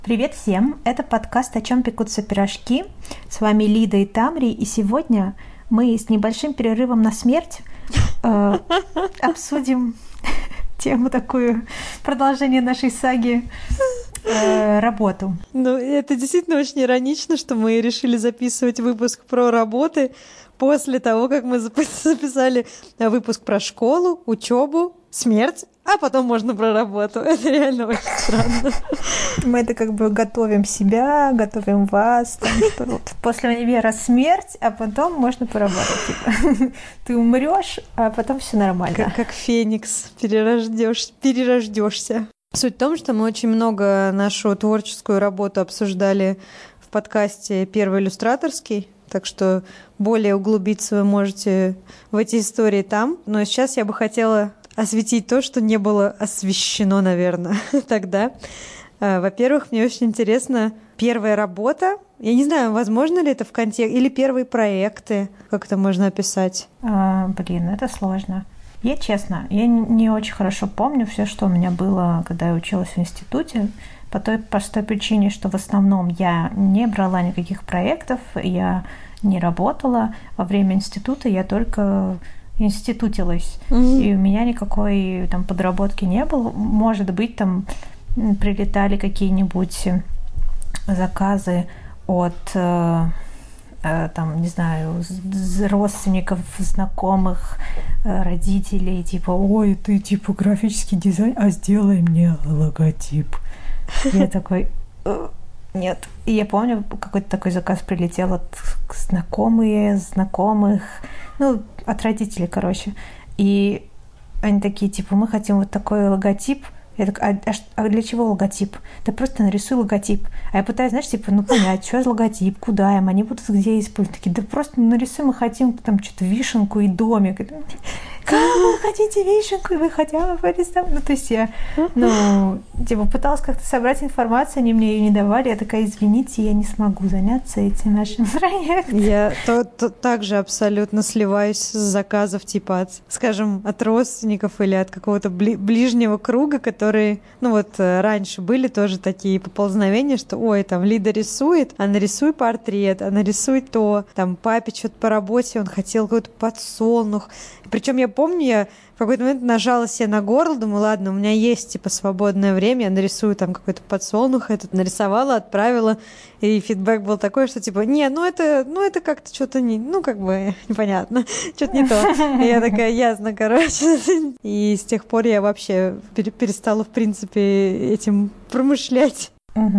Привет всем! Это подкаст «О чем пекутся пирожки». С вами Лида и Тамри, и сегодня мы с небольшим перерывом на смерть обсудим тему такую, продолжение нашей саги работу. Ну, это действительно очень иронично, что мы решили записывать выпуск про работы после того, как мы записали выпуск про школу, учебу, смерть, а потом можно про работу. Это реально очень странно. Мы это как бы готовим себя, готовим вас. Там, что вот после универа смерть, а потом можно поработать. Типа. Ты умрешь, а потом все нормально. Как феникс, перерождешься. Суть в том, что мы очень много нашу творческую работу обсуждали в подкасте «Первый иллюстраторский», так что более углубиться вы можете в эти истории там. Но сейчас я бы хотела осветить то, что не было освещено, наверное, тогда. Во-первых, мне очень интересно первая работа. Я не знаю, возможно ли это в контексте, или первые проекты, как это можно описать? Это сложно. Я честно, я не очень хорошо помню все, что у меня было, когда я училась в институте, по той простой причине, что в основном я не брала никаких проектов, я не работала. Во время института я только институтилась, и у меня никакой там подработки не было. Может быть, там прилетали какие-нибудь заказы от там, не знаю, родственников, знакомых, родителей, типа, ой, ты типа графический дизайн, а сделай мне логотип. Я такой, нет. И я помню, какой-то такой заказ прилетел от знакомых, ну, от родителей, короче. И они такие, типа, мы хотим вот такой логотип. Я так, а для чего логотип? Да просто нарисуй логотип. А я пытаюсь, знаешь, типа, понять, что за логотип, куда им, они будут где использовать. Такие, да просто нарисуй, мы хотим там что-то вишенку и домик. Как вы хотите вишенку, и вы хотя бы порисовать? Ну, то есть я, пыталась как-то собрать информацию, они мне ее не давали. Я такая, извините, я не смогу заняться этим нашим проектом. Я также абсолютно сливаюсь с заказов, типа, от родственников или от какого-то ближнего круга, которые, раньше были тоже такие поползновения, что, ой, там, Лида рисует, а нарисуй портрет, а нарисуй то. Там, папе что-то по работе, он хотел какой-то подсолнух. Причем я помню, я в какой-то момент нажала себе на горло, думаю, ладно, у меня есть, типа, свободное время, я нарисую там какой-то подсолнух, этот нарисовала, отправила, и фидбэк был такой, что, типа, это как-то что-то непонятно, что-то не то. И я такая, ясно, короче. И с тех пор я вообще перестала, в принципе, этим промышлять.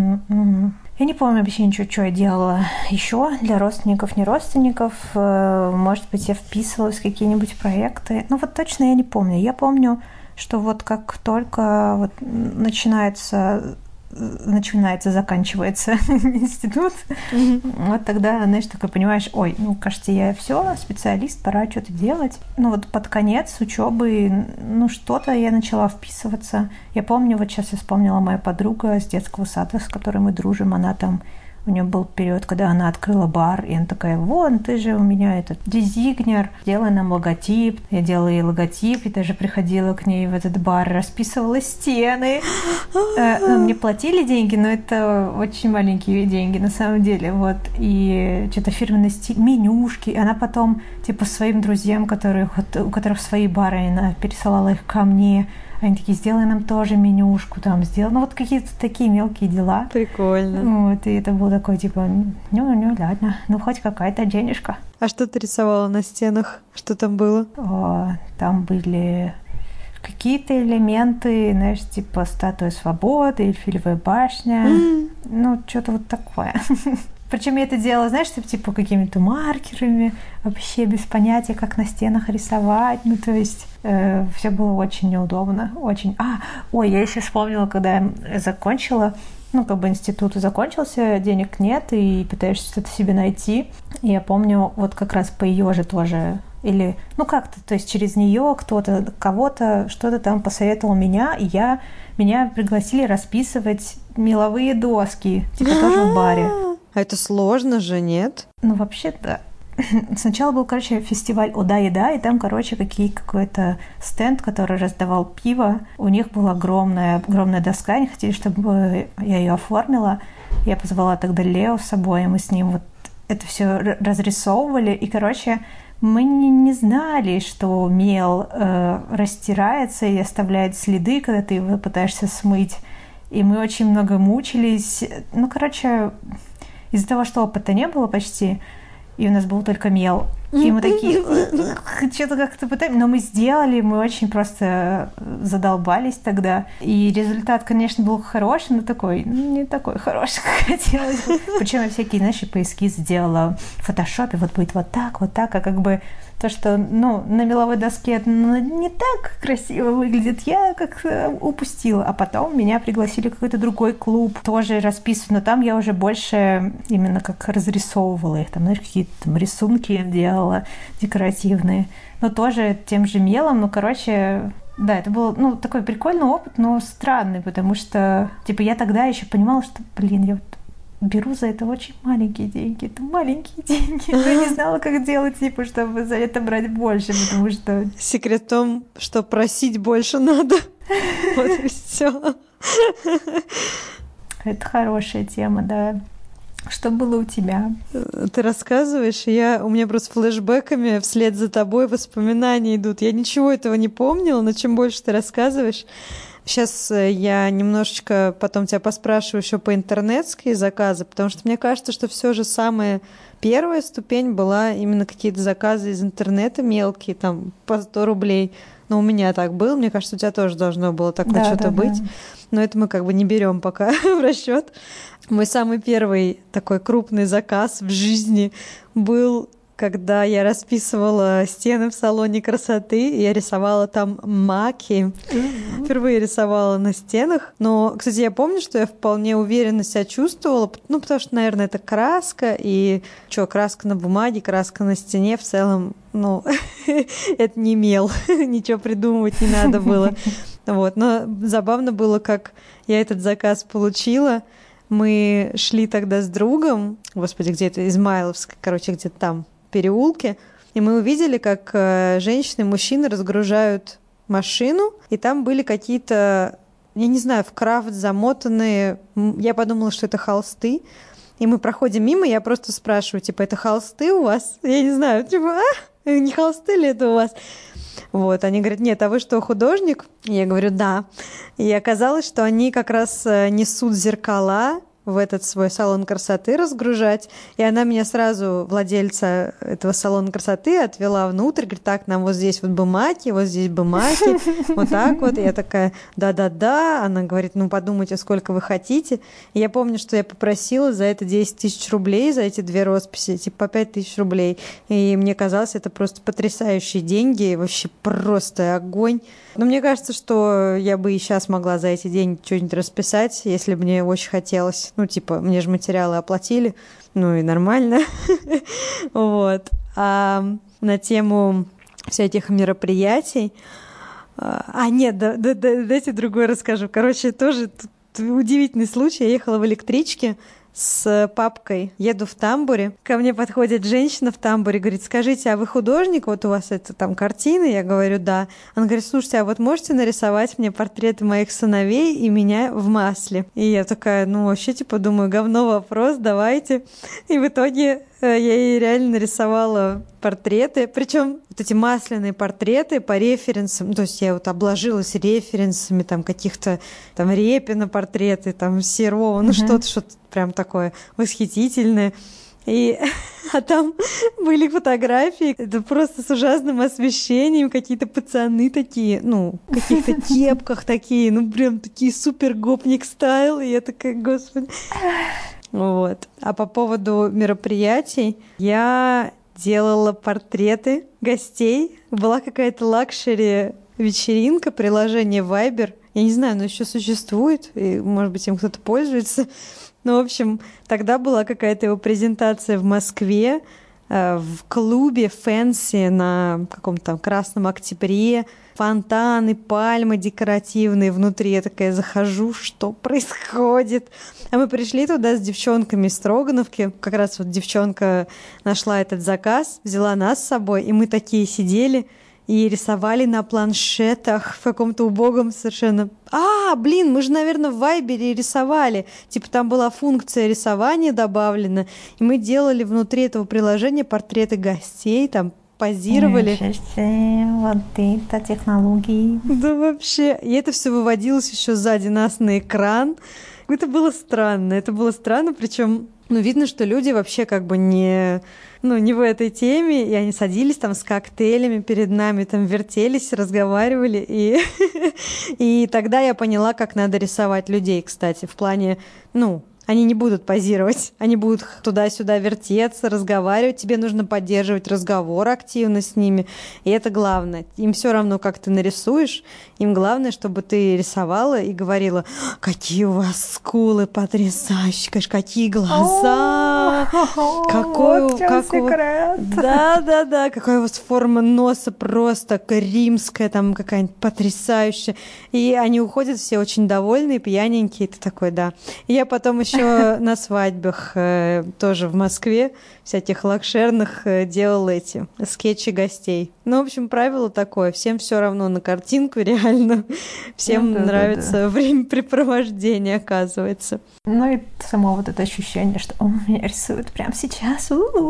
Я не помню вообще ничего, что я делала еще для родственников, не родственников. Может быть, я вписывалась в какие-нибудь проекты. Точно я не помню. Я помню, что вот как только вот заканчивается институт, вот тогда, знаешь, такой понимаешь, ой, кажется, я все, специалист, пора что-то делать. Под конец учебы, что-то я начала вписываться. Я помню, вот сейчас я вспомнила, моя подруга с детского сада, с которой мы дружим, она там, у нее был период, когда она открыла бар, и она такая, вон, ты же у меня этот дизайнер, делай нам логотип. Я делала ей логотип, и даже приходила к ней в этот бар, расписывала стены. Мне платили деньги, но это очень маленькие деньги на самом деле, вот. И что-то фирменный стиль, менюшки. И она потом, типа, своим друзьям, у которых свои бары, она пересылала их ко мне. Они такие, сделай нам тоже менюшку, там, сделай. Какие-то такие мелкие дела. Прикольно. Вот, и это было такое, типа, ладно, хоть какая-то денежка. А что ты рисовала на стенах? Что там было? Там были какие-то элементы, знаешь, типа статуя свободы, Эйфелевая башня. Что-то вот такое. Причем я это делала, знаешь, типа какими-то маркерами, вообще без понятия, как на стенах рисовать. То есть все было очень неудобно. Очень. Я еще вспомнила, когда я закончила, институт закончился, денег нет, и пытаешься что-то себе найти. И я помню, вот как раз по ее же тоже, или, как-то, то есть через нее кого-то что-то там посоветовал меня, и меня пригласили расписывать меловые доски, типа тоже в баре. А это сложно же, нет? Вообще-то Сначала был, короче, фестиваль «Ода еда», и там, короче, какой-то стенд, который раздавал пиво. У них была огромная доска, они хотели, чтобы я ее оформила. Я позвала тогда Лео с собой, и мы с ним вот это все разрисовывали. И, короче, мы не знали, что мел растирается и оставляет следы, когда ты его пытаешься смыть. И мы очень много мучились. Ну, короче, из-за того, что опыта не было почти, и у нас был только мел. И мы такие, что-то как-то пытаемся, но мы сделали, мы очень просто задолбались тогда. И результат, конечно, был хороший, но такой, не такой хороший, как хотелось бы. Причем я всякие, знаешь, по эскиз сделала в фотошопе, вот будет вот так, а как бы то, что, ну, на меловой доске не так красиво выглядит, я как-то упустила. А потом меня пригласили в какой-то другой клуб, тоже расписывать, но там я уже больше именно как разрисовывала их, там, знаешь, какие-то там рисунки делала декоративные, но тоже тем же мелом, ну, короче, да, это был, ну, такой прикольный опыт, но странный, потому что, типа, я тогда еще понимала, что, блин, я вот беру за это очень маленькие деньги. Это маленькие деньги. Я не знала, как делать, типа, чтобы за это брать больше, потому что... Секрет в том, что просить больше надо. Вот и все. Это хорошая тема, да. Что было у тебя? Ты рассказываешь, и у меня просто флешбэками вслед за тобой воспоминания идут. Я ничего этого не помнила, но чем больше ты рассказываешь... Сейчас я немножечко потом тебя поспрашиваю еще по интернетские заказы, потому что мне кажется, что все же самая первая ступень была именно какие-то заказы из интернета мелкие, там по 100 рублей. Но у меня так было, мне кажется, у тебя тоже должно было такое что-то быть. Да. Но это мы как бы не берем пока в расчет. Мой самый первый такой крупный заказ в жизни был, когда я расписывала стены в салоне красоты, и я рисовала там маки. Впервые рисовала на стенах. Но, кстати, я помню, что я вполне уверенно себя чувствовала, ну, потому что, наверное, это краска, и краска на бумаге, краска на стене в целом, ну, это не мел, ничего придумывать не надо было. Вот. Но забавно было, как я этот заказ получила. Мы шли тогда с другом, господи, где это, Измайловская, короче, где-то там, переулке, и мы увидели, как женщины и мужчины разгружают машину, и там были какие-то, я не знаю, в крафт замотанные, я подумала, что это холсты, и мы проходим мимо, я просто спрашиваю, типа, это холсты у вас? Я не знаю, типа, не холсты ли это у вас? Вот, они говорят, нет, а вы что, художник? Я говорю, да. И оказалось, что они как раз несут зеркала в этот свой салон красоты разгружать. И она меня сразу, владельца этого салона красоты, отвела внутрь, говорит, так, нам вот здесь вот бумаги, вот здесь бумаги, вот так вот. И я такая, да-да-да. Она говорит, ну подумайте, сколько вы хотите. И я помню, что я попросила за это 10 тысяч рублей, за эти 2 росписи, типа по 5 тысяч рублей. И мне казалось, это просто потрясающие деньги, вообще просто огонь. Но мне кажется, что я бы и сейчас могла за эти деньги что-нибудь расписать, если бы мне очень хотелось. Ну, типа, мне же материалы оплатили, ну и нормально. Вот. А на тему всяких мероприятий... нет, дайте другое расскажу. Короче, тоже удивительный случай. Я ехала в электричке с папкой, еду в тамбуре, ко мне подходит женщина в тамбуре, говорит, скажите, а вы художник, вот у вас это там картины? Я говорю, да. Она говорит, слушайте, а вот можете нарисовать мне портреты моих сыновей и меня в масле? И я такая, ну вообще, типа, думаю, говно вопрос, давайте. И в итоге я ей реально нарисовала портреты, причем вот эти масляные портреты по референсам, то есть я вот обложилась референсами там каких-то там Репина портреты, там Серова, ну что-то прям такое восхитительное. А там были фотографии, это просто с ужасным освещением, какие-то пацаны такие, ну, в каких-то кепках такие, ну, прям такие супер гопник стайл, и я такая, господи. Вот. А по поводу мероприятий, я делала портреты гостей. Была какая-то лакшери-вечеринка, приложение Viber. Я не знаю, оно еще существует, и, может быть, им кто-то пользуется. Ну, в общем, тогда была какая-то его презентация в Москве. в клубе фэнси на каком-то там Красном Октябре, фонтаны, пальмы декоративные внутри. Я такая захожу, что происходит? А мы пришли туда с девчонками из Строгановки. Как раз вот девчонка нашла этот заказ, взяла нас с собой, и мы такие сидели и рисовали на планшетах в каком-то убогом совершенно... мы же, наверное, в Вайбере рисовали. Типа там была функция рисования добавлена, и мы делали внутри этого приложения портреты гостей, там позировали. Вот это технологии. Да вообще. И это все выводилось еще сзади нас на экран. Это было странно, причем видно, что люди вообще как бы не в этой теме, и они садились там с коктейлями перед нами, там вертелись, разговаривали, и тогда я поняла, как надо рисовать людей, кстати, в плане, они не будут позировать, они будут туда-сюда вертеться, разговаривать. Тебе нужно поддерживать разговор активно с ними. И это главное. Им все равно, как ты нарисуешь. Им главное, чтобы ты рисовала и говорила: какие у вас скулы потрясающие, какие глаза. Вот в чём секрет. Да. Какая у вас форма носа просто римская, там какая-нибудь потрясающая. И они уходят все очень довольные, пьяненькие. Ты такой, да. И я потом еще на свадьбах тоже в Москве всяких лакшерных делала эти скетчи гостей. В общем, правило такое. Всем все равно на картинку, реально. Всем нравится времяпрепровождение, оказывается. И само вот это ощущение, что меня рисуют прямо сейчас.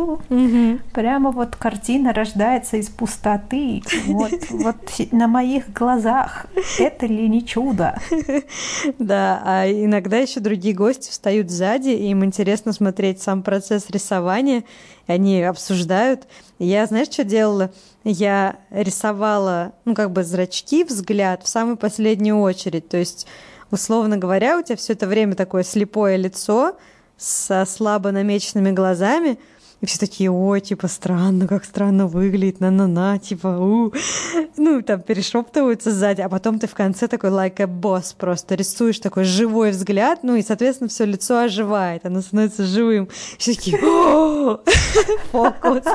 Прямо вот картина рождается из пустоты. Вот на моих глазах. Это ли не чудо? Да, а иногда еще другие гости встают сзади, и им интересно смотреть сам процесс рисования. Они обсуждают. Я, знаешь, что делала? Я рисовала, зрачки, взгляд в самую последнюю очередь. То есть, условно говоря, у тебя все это время такое слепое лицо со слабо намеченными глазами, и все такие: ой, странно, как странно выглядит, там перешептываются сзади, а потом ты в конце такой like a boss, просто рисуешь такой живой взгляд, и, соответственно, все лицо оживает, оно становится живым. Все такие: фокус.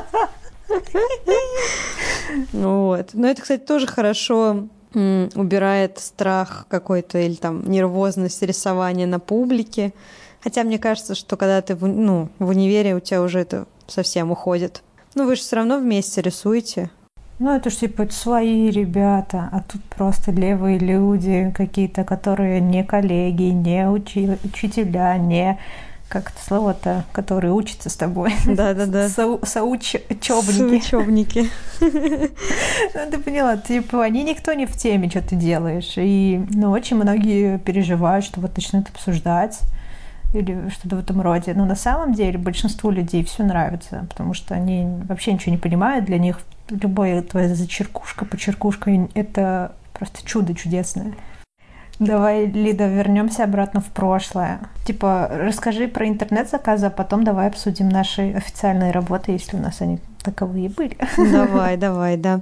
Вот. Но это, кстати, тоже хорошо убирает страх какой-то или там нервозность рисования на публике. Хотя мне кажется, что когда ты в универе, у тебя уже это совсем уходит. Вы же все равно вместе рисуете. Это ж свои ребята, а тут просто левые люди какие-то, которые не коллеги, не учителя, не... Как это слово-то, которые учатся с тобой? Да. Соучебники. Ты поняла, они никто не в теме, что ты делаешь. И очень многие переживают, что начнут обсуждать или что-то в этом роде. Но на самом деле большинству людей все нравится, потому что они вообще ничего не понимают. Для них любая твоя зачеркушка, почеркушка — это просто чудо чудесное. Давай, Лида, вернемся обратно в прошлое. Расскажи про интернет-заказы, а потом давай обсудим наши официальные работы, если у нас они таковые были. Давай, да.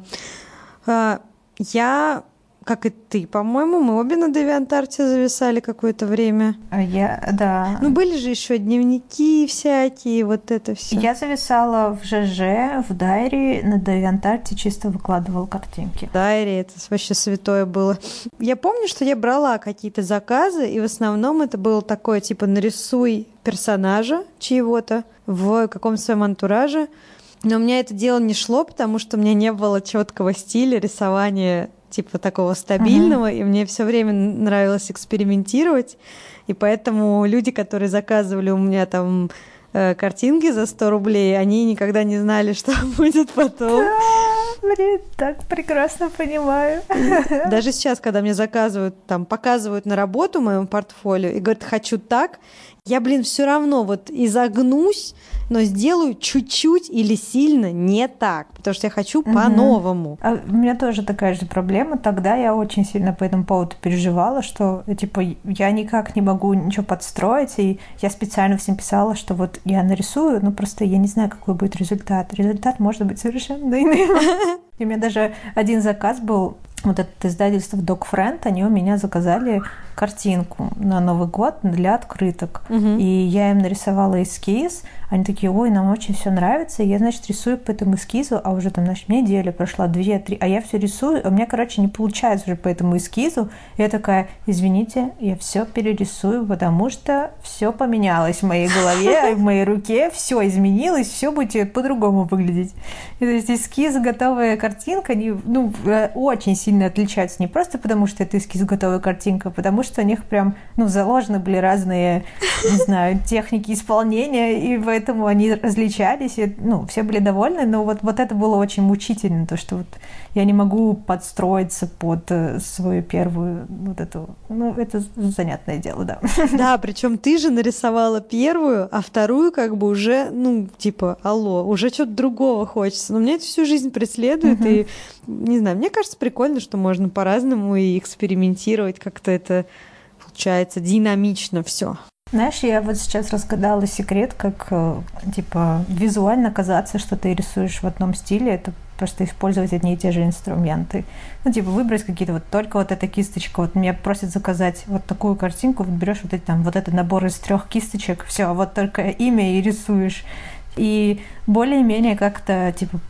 Я, как и ты, по-моему, мы обе на DeviantArt зависали какое-то время. Да. Были же еще дневники всякие, вот это все. Я зависала в ЖЖ, в Дайри, на DeviantArt чисто выкладывала картинки. Дайри, это вообще святое было. Я помню, что я брала какие-то заказы, и в основном это было такое, нарисуй персонажа чьего-то в каком-то своем антураже. Но у меня это дело не шло, потому что у меня не было четкого стиля рисования такого стабильного, и мне все время нравилось экспериментировать, и поэтому люди, которые заказывали у меня там картинки за 100 рублей, они никогда не знали, что будет потом. Так прекрасно понимаю. Даже сейчас, когда мне заказывают, показывают на работу моему портфолио и говорят: хочу так, я, все равно изогнусь, но сделаю чуть-чуть или сильно не так, потому что я хочу по-новому. А у меня тоже такая же проблема. Тогда я очень сильно по этому поводу переживала, что я никак не могу ничего подстроить, и я специально всем писала, что я нарисую, но просто я не знаю, какой будет результат. Результат может быть совершенно иным. И у меня даже один заказ был, это издательство Dog Friend, они у меня заказали картинку на Новый год для открыток. И я им нарисовала эскиз. Они такие: ой, нам очень все нравится. И я, значит, рисую по этому эскизу, а уже там, значит, неделя прошла, 2-3, а я все рисую, а у меня, короче, не получается уже по этому эскизу. И я такая: извините, я все перерисую, потому что все поменялось в моей голове, в моей руке, все изменилось, все будет по-другому выглядеть. И, то есть эскиз, готовая картинка, они, очень сильно отличаются. Не просто потому, что это эскиз, готовая картинка, а потому что у них прям, заложены были разные, не знаю, техники исполнения, и поэтому они различались, и, все были довольны, но вот это было очень мучительно, то, что вот я не могу подстроиться под свою первую вот эту, это занятное дело, да. Да, причем ты же нарисовала первую, а вторую как бы уже, алло, уже что-то другого хочется. Но меня это всю жизнь преследует, и, не знаю, мне кажется, прикольно, что можно по-разному и экспериментировать, как-то это получается динамично все. Знаешь, я вот сейчас разгадала секрет, как, визуально казаться, что ты рисуешь в одном стиле, это просто использовать одни и те же инструменты. Выбрать какие-то только вот эта кисточка. Вот меня просят заказать вот такую картинку, вот берешь вот этот набор из 3 кисточек, все, вот только имя и рисуешь. И более-менее как-то,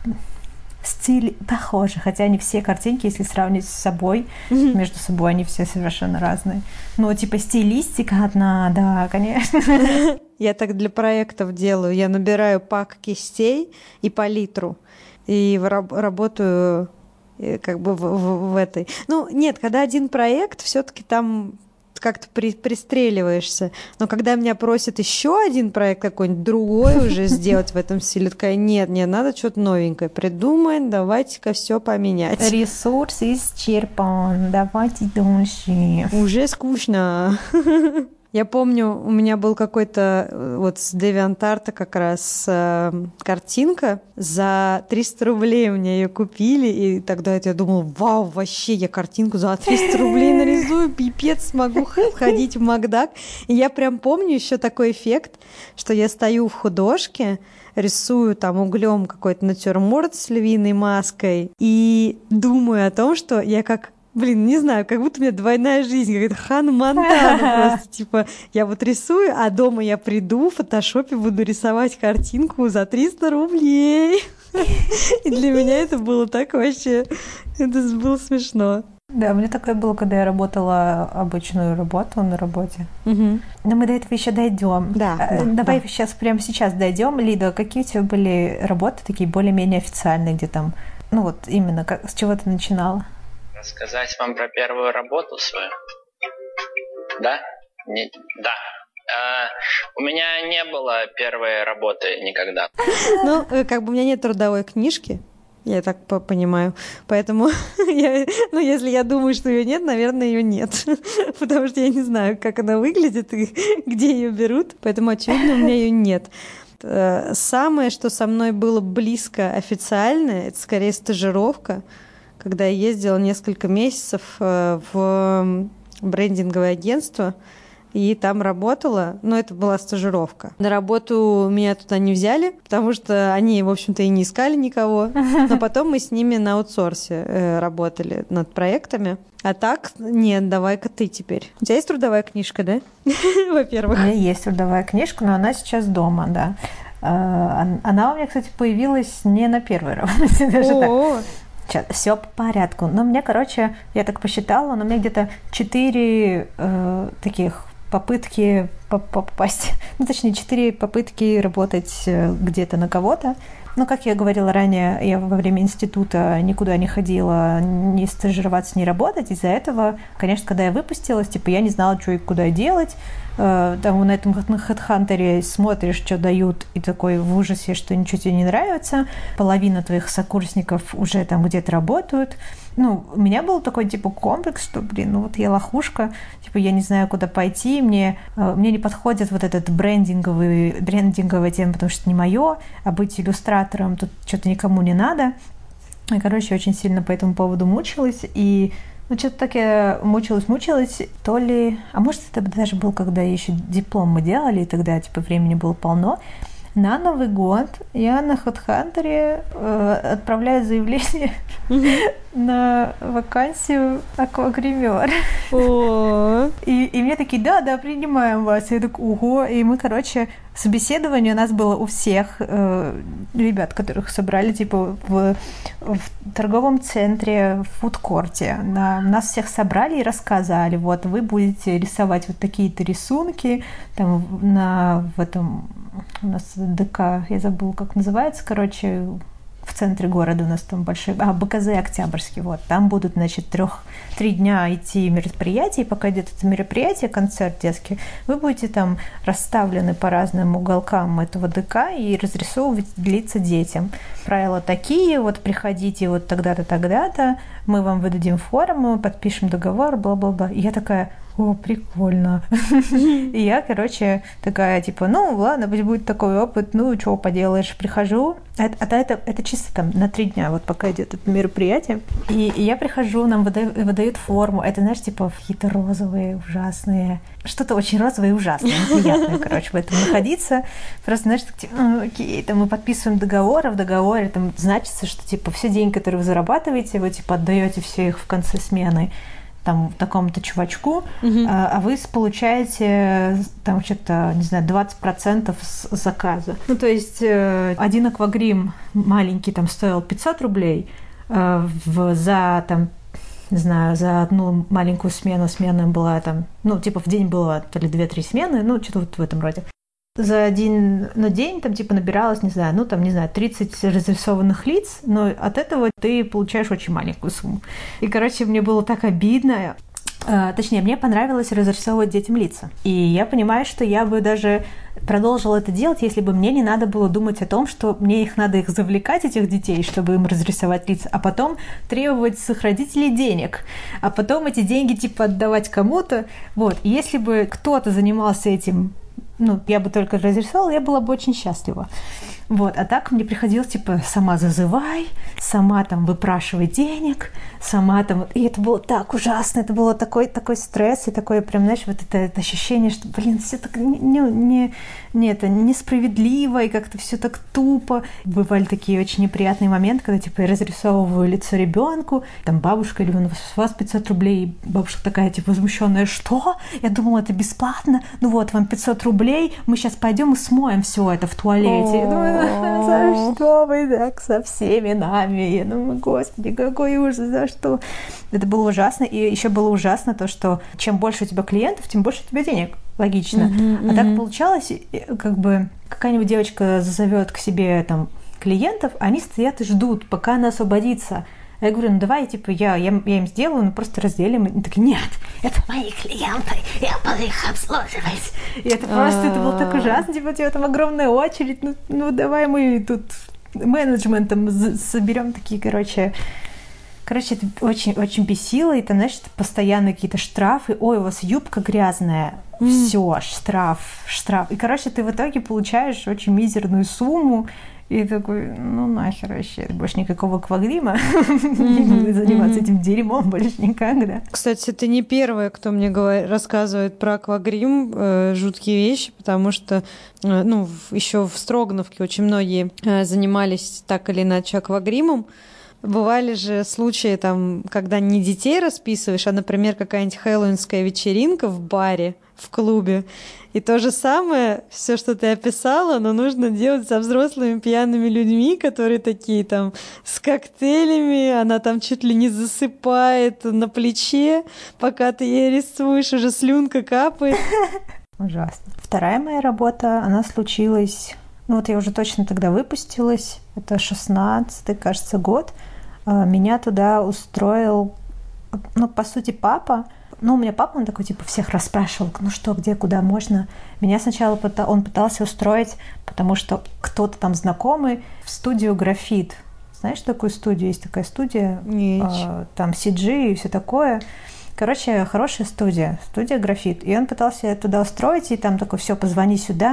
стиль похожи, хотя они все картинки, если сравнить с собой, между собой они все совершенно разные. Но стилистика одна, да, конечно. Я так для проектов делаю. Я набираю пак кистей и палитру, и работаю как бы в этой. Нет, когда один проект, все-таки там как-то пристреливаешься. Но когда меня просят еще один проект какой-нибудь другой уже сделать в этом стиле, такая: нет, надо что-то новенькое придумать, давайте-ка все поменять. Ресурс исчерпан, давайте дальше. Уже скучно. Я помню, у меня был какой-то вот с DeviantArt как раз картинка. За 300 рублей у меня ее купили, и тогда я думала: вау, вообще я картинку за 300 рублей нарисую, пипец, смогу ходить в Макдак. И я прям помню еще такой эффект, что я стою в художке, рисую там углем какой-то натюрморт с львиной маской и думаю о том, что я не знаю, как будто у меня двойная жизнь, какая-то Ханна Монтана просто, я вот рисую, а дома я приду, в фотошопе буду рисовать картинку за 300 рублей. И для меня это было так вообще, это было смешно. Да, у меня такое было, когда я работала обычную работу на работе. Но мы до этого еще дойдем. Давай сейчас, прямо сейчас дойдем. Лида, какие у тебя были работы такие более-менее официальные, где там, именно с чего ты начинала? Рассказать вам про первую работу свою? Да? Да. У меня не было первой работы никогда. У меня нет трудовой книжки, я так понимаю. Поэтому, если я думаю, что ее нет, наверное, ее нет. Потому что я не знаю, как она выглядит и где ее берут. Поэтому, очевидно, у меня ее нет. Самое, что со мной было близко официально, это скорее стажировка, когда я ездила несколько месяцев в брендинговое агентство и там работала, но это была стажировка. На работу меня туда не взяли, потому что они, в общем-то, и не искали никого, но потом мы с ними на аутсорсе работали над проектами. А так, нет, давай-ка ты теперь. У тебя есть трудовая книжка, да? Во-первых. У меня есть трудовая книжка, но она сейчас дома, да. Она у меня, кстати, появилась не на первой работе, даже так. Все по порядку. Но мне, я так посчитала, но у меня где-то 4 таких попытки попасть, точнее, 4 попытки работать где-то на кого-то. Как я говорила ранее, я во время института никуда не ходила, ни стажироваться, ни работать. Из-за этого, конечно, когда я выпустилась, я не знала, что и куда делать. Там на этом HeadHunter смотришь, что дают, и такой в ужасе, что ничего тебе не нравится. Половина твоих сокурсников уже там где-то работают. У меня был такой, комплекс, что, я лохушка, я не знаю, куда пойти, мне не подходит вот этот брендинговая тема, потому что это не мое, а быть иллюстратором тут что-то никому не надо. И, очень сильно по этому поводу мучилась, и что-то так я мучилась, то ли... А может, это даже был, когда еще диплом мы делали, и тогда, времени было полно. На Новый год я на HeadHunter отправляю заявление на вакансию аквагример. И мне такие, да, принимаем вас. Я такая, ого. И мы, собеседование у нас было у всех ребят, которых собрали, типа, в торговом центре, в фудкорте. Нас всех собрали и рассказали, вот, вы будете рисовать вот такие-то рисунки, там, в этом, у нас ДК, я забыла, как называется, в центре города у нас там большой... БКЗ Октябрьский, вот. Там будут, 3 дня идти мероприятия, и пока идет это мероприятие, концерт детский, вы будете там расставлены по разным уголкам этого ДК и разрисовывать лица детям. Правила такие, вот приходите вот тогда-то, тогда-то, мы вам выдадим форму, подпишем договор, бла-бла-бла. И я такая... О, прикольно. И я, такая, типа, ну, ладно, пусть будет такой опыт, ну, что поделаешь, прихожу. Это чисто там на 3 дня, вот пока идет это мероприятие. И я прихожу, нам выдают форму. Это, знаешь, типа какие-то розовые, ужасные. Что-то очень розовое и ужасное, неприятное, в этом находиться. Просто, знаешь, окей, там мы подписываем договор, а в договоре там значится, что, типа, все деньги, которые вы зарабатываете, вы, типа, отдаете все их в конце смены там такому-то чувачку, а вы получаете там что-то, не знаю, 20% с заказа. Ну, то есть один аквагрим маленький там стоил 500 рублей, за там, не знаю, за одну маленькую смена была там, ну, типа в день было то ли 2-3 смены, ну, что-то вот в этом роде. За один день там типа набиралось, не знаю, 30 разрисованных лиц, но от этого ты получаешь очень маленькую сумму. И, мне было так обидно. Точнее, мне понравилось разрисовывать детям лица. И я понимаю, что я бы даже продолжила это делать, если бы мне не надо было думать о том, что мне надо их завлекать, этих детей, чтобы им разрисовать лица, а потом требовать с их родителей денег, а потом эти деньги типа отдавать кому-то. Вот. И если бы кто-то занимался этим, я бы только разрисовала, я была бы очень счастлива. Вот. А так мне приходилось, типа, сама зазывай, сама там выпрашивай денег, сама там... И это было так ужасно, это было такой стресс, и такое прям, знаешь, вот это ощущение, что, все так несправедливо, и как-то все так тупо. Бывали такие очень неприятные моменты, когда, типа, я разрисовываю лицо ребенку, там бабушка, или у вас 500 рублей, и бабушка такая, типа, возмущенная, что? Я думала, это бесплатно, ну вот, вам 500 рублей, мы сейчас пойдем и смоем все это в туалете. Я думаю, за что вы так со всеми нами? Я думаю, господи, какой ужас, за что? Это было ужасно. И еще было ужасно то, что чем больше у тебя клиентов, тем больше у тебя денег. Логично. А так получалось, какая-нибудь девочка зазовет к себе там клиентов, они стоят и ждут, пока она освободится. Я говорю, давай, типа, я им сделаю, просто разделим. И они такие, нет, это мои клиенты, я буду их обслуживать. И это просто, это было так ужасно, типа, у тебя там огромная очередь, давай мы тут менеджментом соберем такие, это очень бесило, и там, знаешь, постоянно какие-то штрафы, ой, у вас юбка грязная, все, штраф. И, ты в итоге получаешь очень мизерную сумму, и такой, нахер вообще, больше никакого аквагрима, не буду заниматься этим дерьмом больше никогда. Кстати, ты не первая, кто мне рассказывает про аквагрим, жуткие вещи, потому что, еще в Строгановке очень многие занимались так или иначе аквагримом. Бывали же случаи, там, когда не детей расписываешь, а, например, какая-нибудь хэллоуинская вечеринка в баре, в клубе. И то же самое, все, что ты описала, но нужно делать со взрослыми пьяными людьми, которые такие там с коктейлями, она там чуть ли не засыпает на плече, пока ты ей рисуешь, уже слюнка капает. Ужасно. Вторая моя работа, она случилась... я уже точно тогда выпустилась. Это 16-й, кажется, год. Меня туда устроил, по сути, папа. У меня папа, он такой, типа, всех расспрашивал, что, где, куда можно. Меня сначала он пытался устроить, потому что кто-то там знакомый, в студию «Графит». Знаешь такую студию? Есть такая студия. Там CG и все такое. Хорошая студия «Графит». И он пытался туда устроить, и там такой, все, позвони сюда,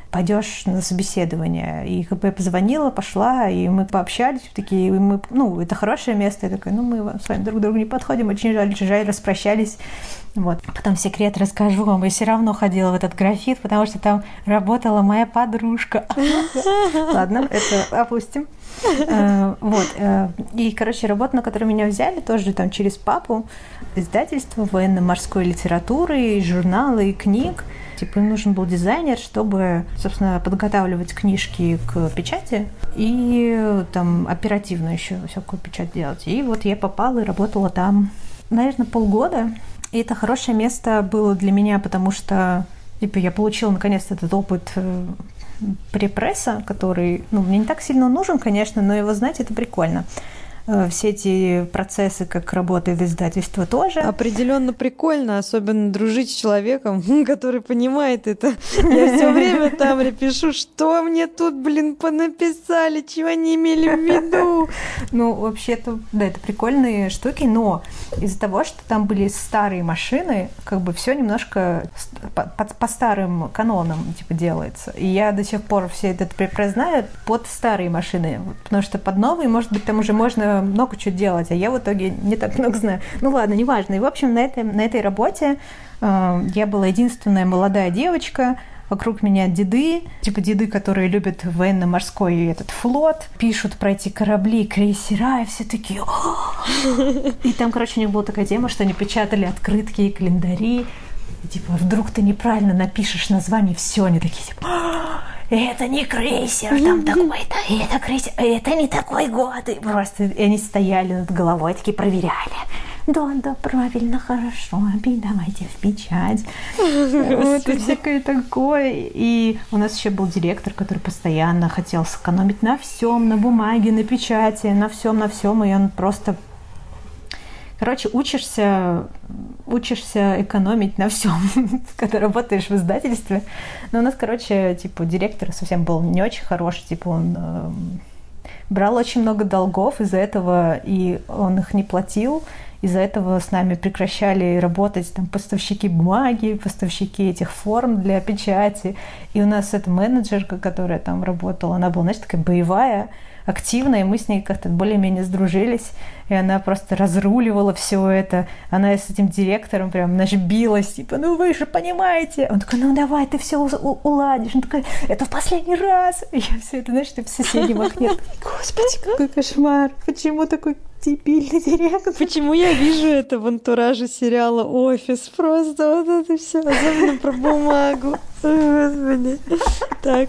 пойдешь на собеседование. И как бы я позвонила, пошла, и мы пообщались, такие, это хорошее место. Я такая, мы с вами друг к другу не подходим, очень жаль, распрощались. Вот. Потом секрет расскажу вам. Я все равно ходила в этот графит, потому что там работала моя подружка. Ладно, это опустим. Вот. И, короче, работа, на которую меня взяли, тоже там через папу, издательство военно-морской литературы, журналы и книг. Типа им нужен был дизайнер, чтобы, собственно, подготавливать книжки к печати и там оперативно еще всякую печать делать. И вот я попала и работала там, наверное, полгода. И это хорошее место было для меня, потому что типа, я получила наконец-то этот опыт препресса, который мне не так сильно нужен, конечно, но его знать это прикольно. Все эти процессы, как работает издательство, тоже. Определенно прикольно, особенно дружить с человеком, который понимает это. Я все время там пишу, что мне тут, понаписали, чего они имели в виду. Вообще-то, да, это прикольные штуки, но из-за того, что там были старые машины, как бы все немножко по старым канонам делается. И я до сих пор все этот препресс знаю под старые машины, потому что под новые, может быть, там уже можно много чего делать, а я в итоге не так много знаю. Ладно, неважно. И, в общем, на этой работе я была единственная молодая девочка, вокруг меня деды, деды, которые любят военно-морской этот флот, пишут про эти корабли, крейсера, и все такие... И там, короче, у них была такая тема, что они печатали открытки и календари, и, вдруг ты неправильно напишешь название, все, они такие, это не крейсер, там такой-то, это крейсер, это не такой год. И они стояли над головой, такие проверяли. Да, правильно, хорошо, давайте в печать. Вот и всякое такое. И у нас еще был директор, который постоянно хотел сэкономить на всем, на бумаге, на печати, на всем, и он просто... Короче, учишься экономить на всем, когда работаешь в издательстве. Но у нас, директор совсем был не очень хороший, он брал очень много долгов из-за этого, и он их не платил. Из-за этого с нами прекращали работать поставщики бумаги, поставщики этих форм для печати. И у нас эта менеджерка, которая там работала, она была, такая боевая, активная, и мы с ней как-то более-менее сдружились, и она просто разруливала все это. Она с этим директором прям билась, вы же понимаете. Он такой, давай, ты все уладишь. Он такой, это в последний раз. И я все это, в соседнем окне. Господи, какой кошмар. Почему такой дебильный директор? Почему я вижу это в антураже сериала «Офис»? Просто вот это все, особенно про бумагу. Господи. Так.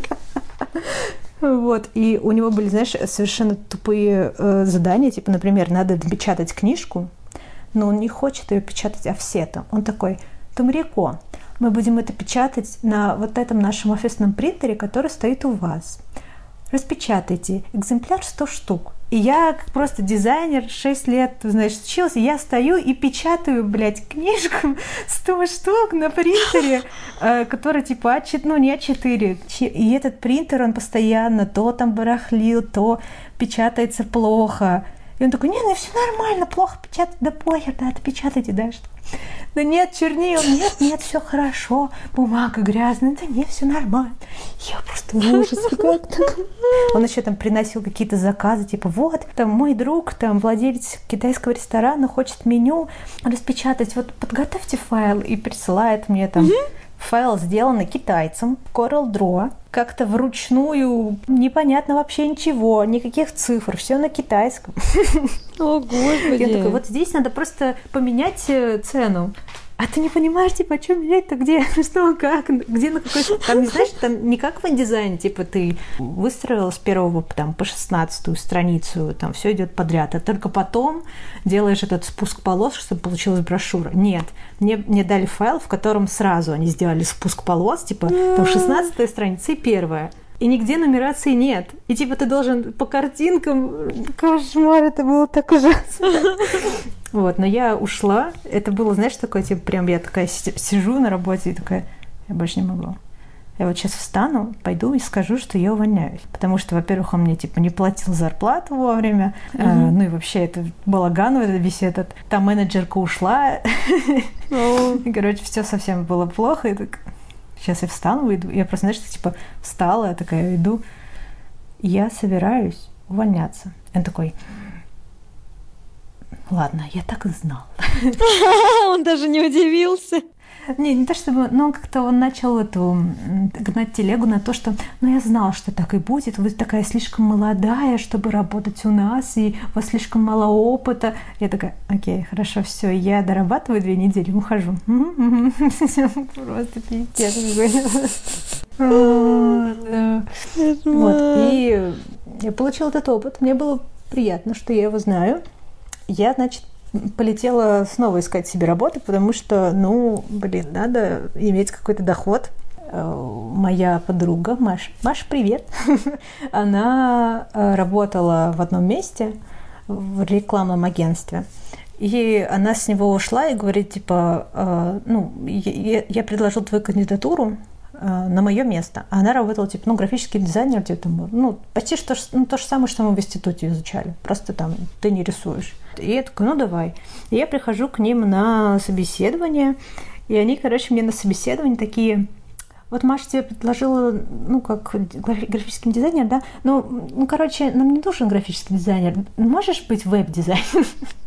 Вот, и у него были, совершенно тупые задания, например, надо допечатать книжку, но он не хочет ее печатать офсетом. Он такой, Тамарико, мы будем это печатать на вот этом нашем офисном принтере, который стоит у вас. Распечатайте экземпляр 100 штук. И я просто дизайнер, 6 лет, училась, и я стою и печатаю, книжку 100 штук на принтере, который не А4. И этот принтер, он постоянно то там барахлил, то печатается плохо. И он такой, все нормально, плохо печатать, да похер, да, отпечатайте дальше. Да нет, чернил, нет, все хорошо, бумага грязная, да нет, все нормально. Я просто ужас, как-то. Он еще там приносил какие-то заказы, вот, там мой друг, там владелец китайского ресторана хочет меню распечатать, вот подготовьте файл, и присылает мне там файл, сделанный китайцем, Corel Draw, как-то вручную, непонятно вообще ничего, никаких цифр, все на китайском. О, Господи. Я такой, вот здесь надо просто поменять цену. А ты не понимаешь, о чем менять-то, где, что, как, где, на какой... Там, не знаешь, там не как в индизайне, ты выстроил с 1 по 16 страницу, там все идет подряд, а только потом делаешь этот спуск полос, чтобы получилась брошюра. Нет, мне дали файл, в котором сразу они сделали спуск полос, там 16 страница и 1. И нигде нумерации нет. И ты должен по картинкам... Кошмар, это было так ужасно. Вот, но я ушла. Это было, такое, прям я такая сижу на работе и такая, я больше не могу. Я вот сейчас встану, пойду и скажу, что я увольняюсь. Потому что, во-первых, он мне, не платил зарплату вовремя. Ну и вообще, это балаган, весь этот. Там менеджерка ушла. Короче, все совсем было плохо. И так... сейчас я встану, выйду. Я просто, знаешь, типа встала, такая иду. Я собираюсь увольняться. Он такой: ладно, я так и знал. Он даже не удивился. Не то чтобы, но как-то он начал гнать телегу на то, что, я знал, что так и будет, вы такая слишком молодая, чтобы работать у нас, и у вас слишком мало опыта. Я такая: окей, хорошо, все, я дорабатываю 2 недели, ухожу. Просто пиздец какой-то. Вот, и я получила этот опыт, мне было приятно, что я его знаю. Я, значит, полетела снова искать себе работу, потому что, надо иметь какой-то доход. Моя подруга Маша, привет, она работала в одном месте в рекламном агентстве, и она с него ушла и говорит, типа, я предложила твою кандидатуру на мое место. А она работала, типа, графический дизайнер, почти то же самое, что мы в институте изучали. Просто там ты не рисуешь. И я такая: давай. И я прихожу к ним на собеседование, и они, мне на собеседование такие: вот Маша тебе предложила, как графический дизайнер, да? Нам не нужен графический дизайнер. Можешь быть веб-дизайнером?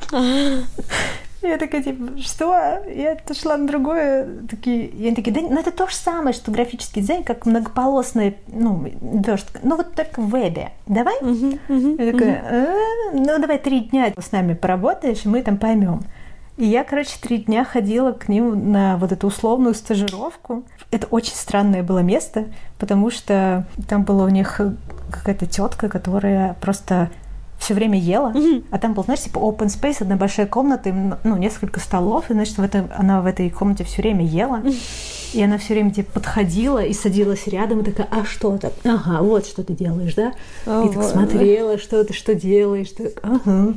Я такая, типа, что? Я отошла на другое. Я такие: да, это то же самое, что графический дизайн, как многополосная, верстка. Вот только в вебе. Давай? Я такая: давай 3 дня с нами поработаешь, и мы там поймем. И я, 3 дня ходила к ним на вот эту условную стажировку. Это очень странное было место, потому что там была у них какая-то тетка, которая просто все время ела, а там был, знаешь, типа open space, одна большая комната, и, несколько столов, и, значит, она в этой комнате все время ела, и она все время типа подходила и садилась рядом, и такая: а что так? Ага, вот что ты делаешь, да? И так смотрела, что делаешь, так: ага,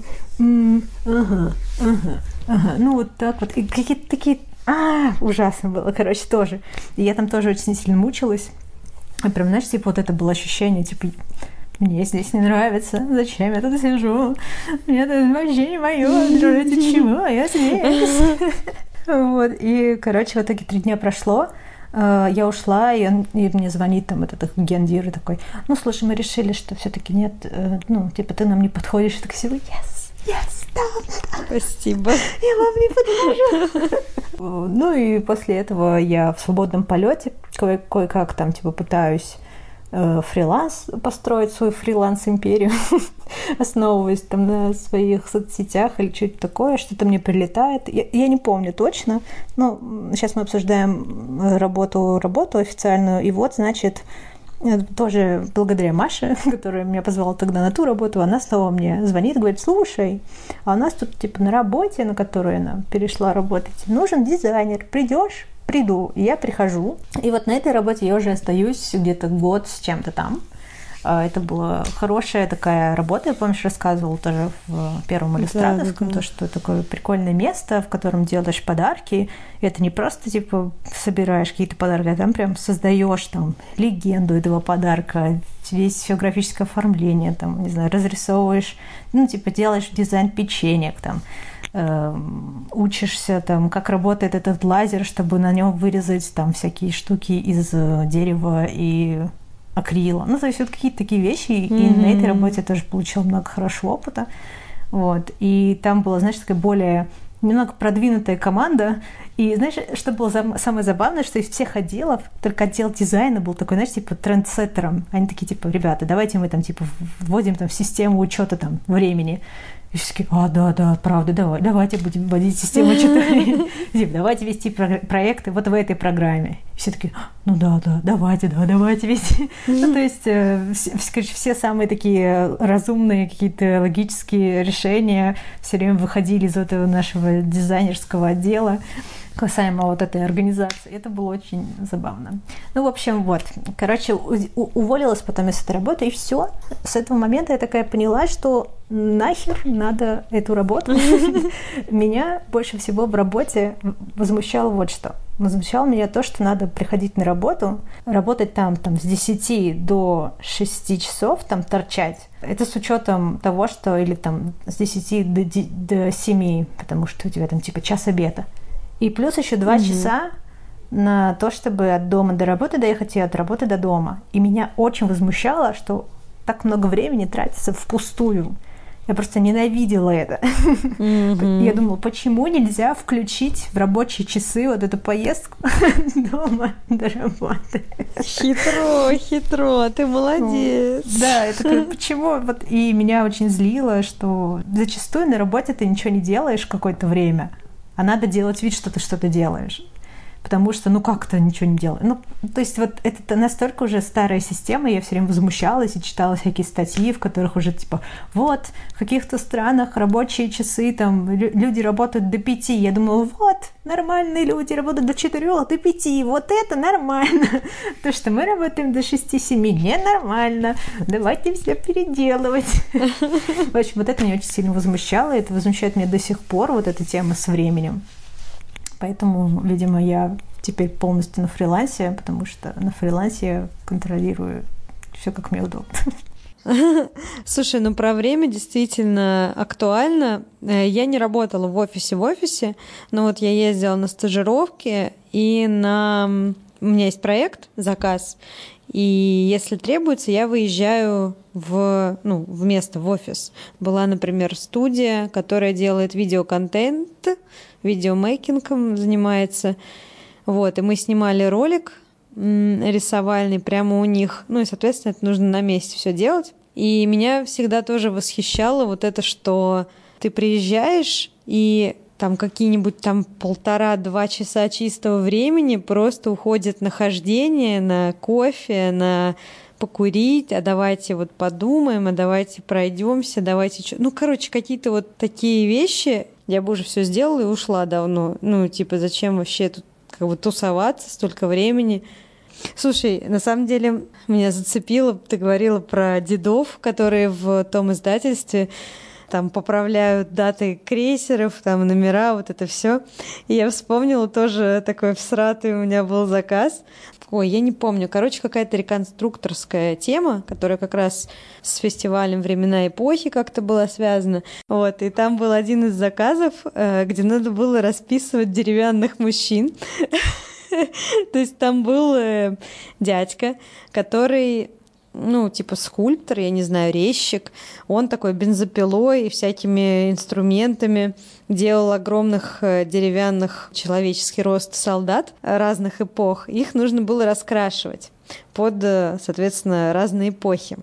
вот так вот. И какие-то такие, ужасно было, тоже. И я там тоже очень сильно мучилась. И прям, знаешь, типа вот это было ощущение, типа: мне здесь не нравится, зачем я тут сижу? Это вообще не моё, ради чего я здесь? Вот, и, в итоге 3 дня прошло, я ушла, и мне звонит там этот гендир и такой: слушай, мы решили, что все-таки нет, ты нам не подходишь. Я такая сижу: yes, да. Спасибо. Я вам не подхожу. И после этого я в свободном полете кое-как там типа пытаюсь построить свою фриланс-империю, основываясь там на своих соцсетях или что-то такое, что-то мне прилетает. Я не помню точно, но сейчас мы обсуждаем работу официальную, и вот, значит, тоже благодаря Маше, которая меня позвала тогда на ту работу, она снова мне звонит, говорит: слушай, а у нас тут типа на работе, на которую она перешла работать, нужен дизайнер, придешь? Приду, и я прихожу. И вот на этой работе я уже остаюсь где-то год с чем-то там. Это была хорошая такая работа, я, помнишь, рассказывала тоже в первом иллюстраторском, то, что такое прикольное место, в котором делаешь подарки. И это не просто типа собираешь какие-то подарки, а там прям создаешь там легенду этого подарка, все графическое оформление, там, не знаю, разрисовываешь, делаешь дизайн печенек, там, учишься, там, как работает этот лазер, чтобы на нем вырезать там всякие штуки из дерева и акрила. То есть вот какие-то такие вещи. И на этой работе я тоже получила много хорошего опыта. Вот. И там была, знаешь, такая более немного продвинутая команда. И знаешь, что было самое забавное, что из всех отделов только отдел дизайна был такой, знаешь, типа трендсеттером. Они такие, типа: ребята, давайте мы там типа вводим там систему учета там времени. И все такие: да, правда, давайте будем вводить систему учета. Давайте вести проекты вот в этой программе. И все такие: давайте вести. То есть все самые такие разумные какие-то логические решения все время выходили из этого нашего дизайнерского отдела касаемо вот этой организации. Это было очень забавно. В общем, вот. Уволилась потом из этой работы, и все. С этого момента я такая поняла, что нахер надо эту работу. Меня больше всего в работе возмущало вот что. Возмущало меня то, что надо приходить на работу, работать там с 10 до 6 часов, там торчать. Это с учетом того, что или там с 10 до 7, потому что у тебя там типа час обеда. И плюс еще 2 часа на то, чтобы от дома до работы доехать и от работы до дома. И меня очень возмущало, что так много времени тратится впустую. Я просто ненавидела это. Я думала, почему нельзя включить в рабочие часы вот эту поездку дома до работы? Хитро, ты молодец. Да, я такая, почему? И меня очень злило, что зачастую на работе ты ничего не делаешь какое-то время, а надо делать вид, что ты что-то делаешь. Потому что, как-то ничего не делаю. То есть вот это настолько уже старая система, я все время возмущалась и читала всякие статьи, в которых уже в каких-то странах рабочие часы, там, люди работают до 5. Я думала, нормальные люди работают до 4, до 5, вот это нормально. То, что мы работаем до 6-7, ненормально. Давайте все переделывать. В общем, вот это меня очень сильно возмущало, и это возмущает меня до сих пор, вот эта тема с временем. Поэтому, видимо, я теперь полностью на фрилансе, потому что на фрилансе я контролирую все, как мне удобно. Слушай, про время действительно актуально. Я не работала в офисе, но вот я ездила на стажировки, и у меня есть проект, заказ, и если требуется, я выезжаю в место, в офис. Была, например, студия, которая делает видеоконтент, видеомейкингом занимается. И мы снимали ролик рисовальный прямо у них. И, соответственно, это нужно на месте все делать. И меня всегда тоже восхищало вот это, что ты приезжаешь, и там какие-нибудь 1,5-2 часа чистого времени просто уходит на хождение, на кофе, на покурить, а давайте подумаем, а давайте пройдемся, давайте... какие-то вот такие вещи. Я бы уже все сделала и ушла давно. Зачем вообще тут тусоваться столько времени? Слушай, на самом деле меня зацепило, ты говорила про дедов, которые в том издательстве там поправляют даты крейсеров, там номера, вот это все. И я вспомнила тоже такой всратый у меня был заказ. Ой, я не помню. Какая-то реконструкторская тема, которая как раз с фестивалем «Времена эпохи» как-то была связана. И там был один из заказов, где надо было расписывать деревянных мужчин. То есть там был дядька, который... скульптор, я не знаю, резчик. Он такой бензопилой и всякими инструментами делал огромных деревянных человеческий рост солдат разных эпох. Их нужно было раскрашивать под, соответственно, разные эпохи.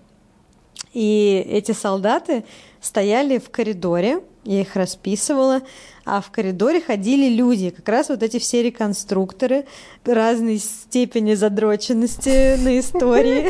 И эти солдаты стояли в коридоре, я их расписывала, а в коридоре ходили люди, как раз вот эти все реконструкторы разной степени задроченности на истории.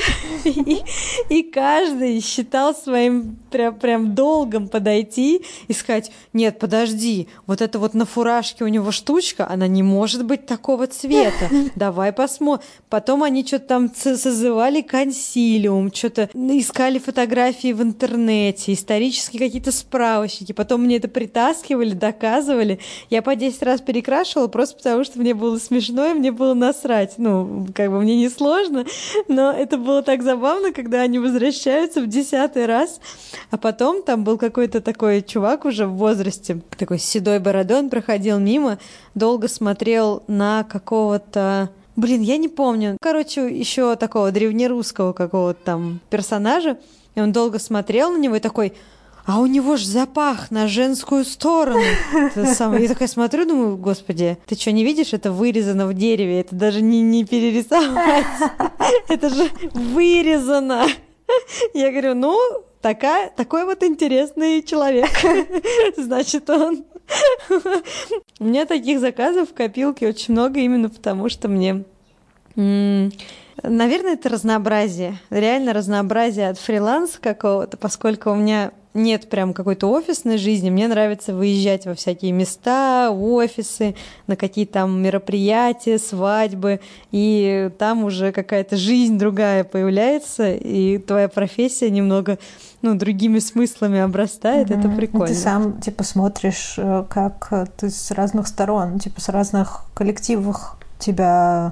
И каждый считал своим прям долгом подойти и сказать: нет, подожди, вот это на фуражке у него штучка, она не может быть такого цвета. Давай посмотрим. Потом они что-то там созывали консилиум, что-то искали фотографии в интернете, исторические какие-то справочники. Потом мне это притаскивали, доказывали. Я по 10 раз перекрашивала просто потому, что мне было смешно, и мне было насрать. Мне не сложно, но это было так забавно, когда они возвращаются в 10-й раз. А потом там был какой-то такой чувак уже в возрасте, такой с седой бородой, он проходил мимо, долго смотрел на какого-то... я не помню. Еще такого древнерусского какого-то там персонажа. И он долго смотрел на него и такой: а у него ж запах на женскую сторону. Я такая смотрю, думаю: господи, ты что, не видишь? Это вырезано в дереве, это даже не перерисовать. Это же вырезано. Я говорю: такой вот интересный человек. Значит, он... У меня таких заказов в копилке очень много, именно потому что мне... Наверное, это разнообразие. Реально разнообразие от фриланса какого-то, поскольку у меня нет прям какой-то офисной жизни. Мне нравится выезжать во всякие места, офисы, на какие-то там мероприятия, свадьбы. И там уже какая-то жизнь другая появляется, и твоя профессия немного другими смыслами обрастает. Это прикольно. Ты сам смотришь, как ты с разных сторон, с разных коллективов тебя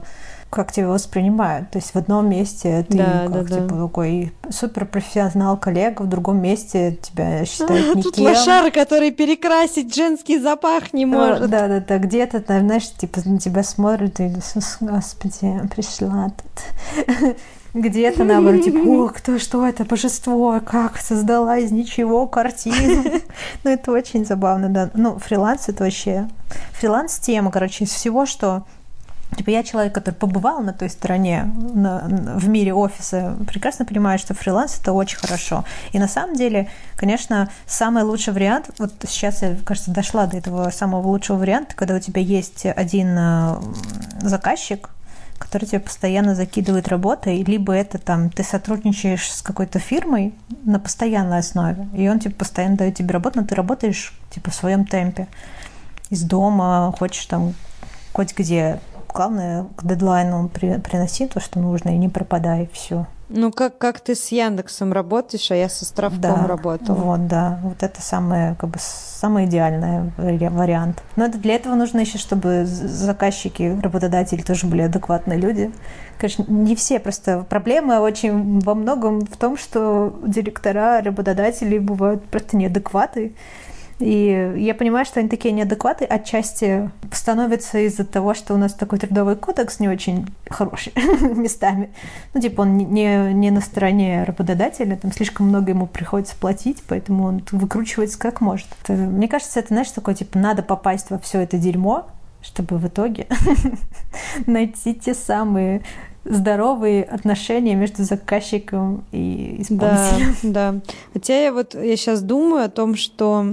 как тебя воспринимают. То есть в одном месте ты такой суперпрофессионал коллега, в другом месте тебя считают никем. Тут лошара, который перекрасить женский запах не может. Да. Где-то там, знаешь, типа на тебя смотрят, и, Господи, пришла тут. Где-то наоборот, типа, что это божество, как создала из ничего картину. Ну, это очень забавно, да. Ну, фриланс — это вообще... Фриланс-тема, короче, из всего, что... Типа я человек, который побывал на той стороне, в мире офиса, прекрасно понимаю, что фриланс — это очень хорошо. И на самом деле, конечно, самый лучший вариант, вот сейчас я, кажется, дошла до этого самого лучшего варианта, когда у тебя есть один заказчик, который тебе постоянно закидывает работой, либо это там ты сотрудничаешь с какой-то фирмой на постоянной основе, и он типа постоянно дает тебе работу, но ты работаешь типа в своем темпе. Из дома, хочешь там хоть где. Главное, к дедлайну приноси то, что нужно, и не пропадай, все. Ну, как ты с Яндексом работаешь, а я со Островком работала. Вот это самый идеальный вариант. Но для этого нужно еще, чтобы заказчики, работодатели тоже были адекватные люди. Конечно, не все, просто проблема очень во многом в том, что директора, работодатели бывают просто неадекваты. И я понимаю, что они такие неадекваты, отчасти становятся из-за того, что у нас такой трудовой кодекс не очень хороший местами. Ну, типа, он не на стороне работодателя, там слишком много ему приходится платить, поэтому он выкручивается как может. Мне кажется, это, знаешь, такое, типа, надо попасть во все это дерьмо, чтобы в итоге найти те самые здоровые отношения между заказчиком и исполнителем. Да. Хотя я сейчас думаю о том, что,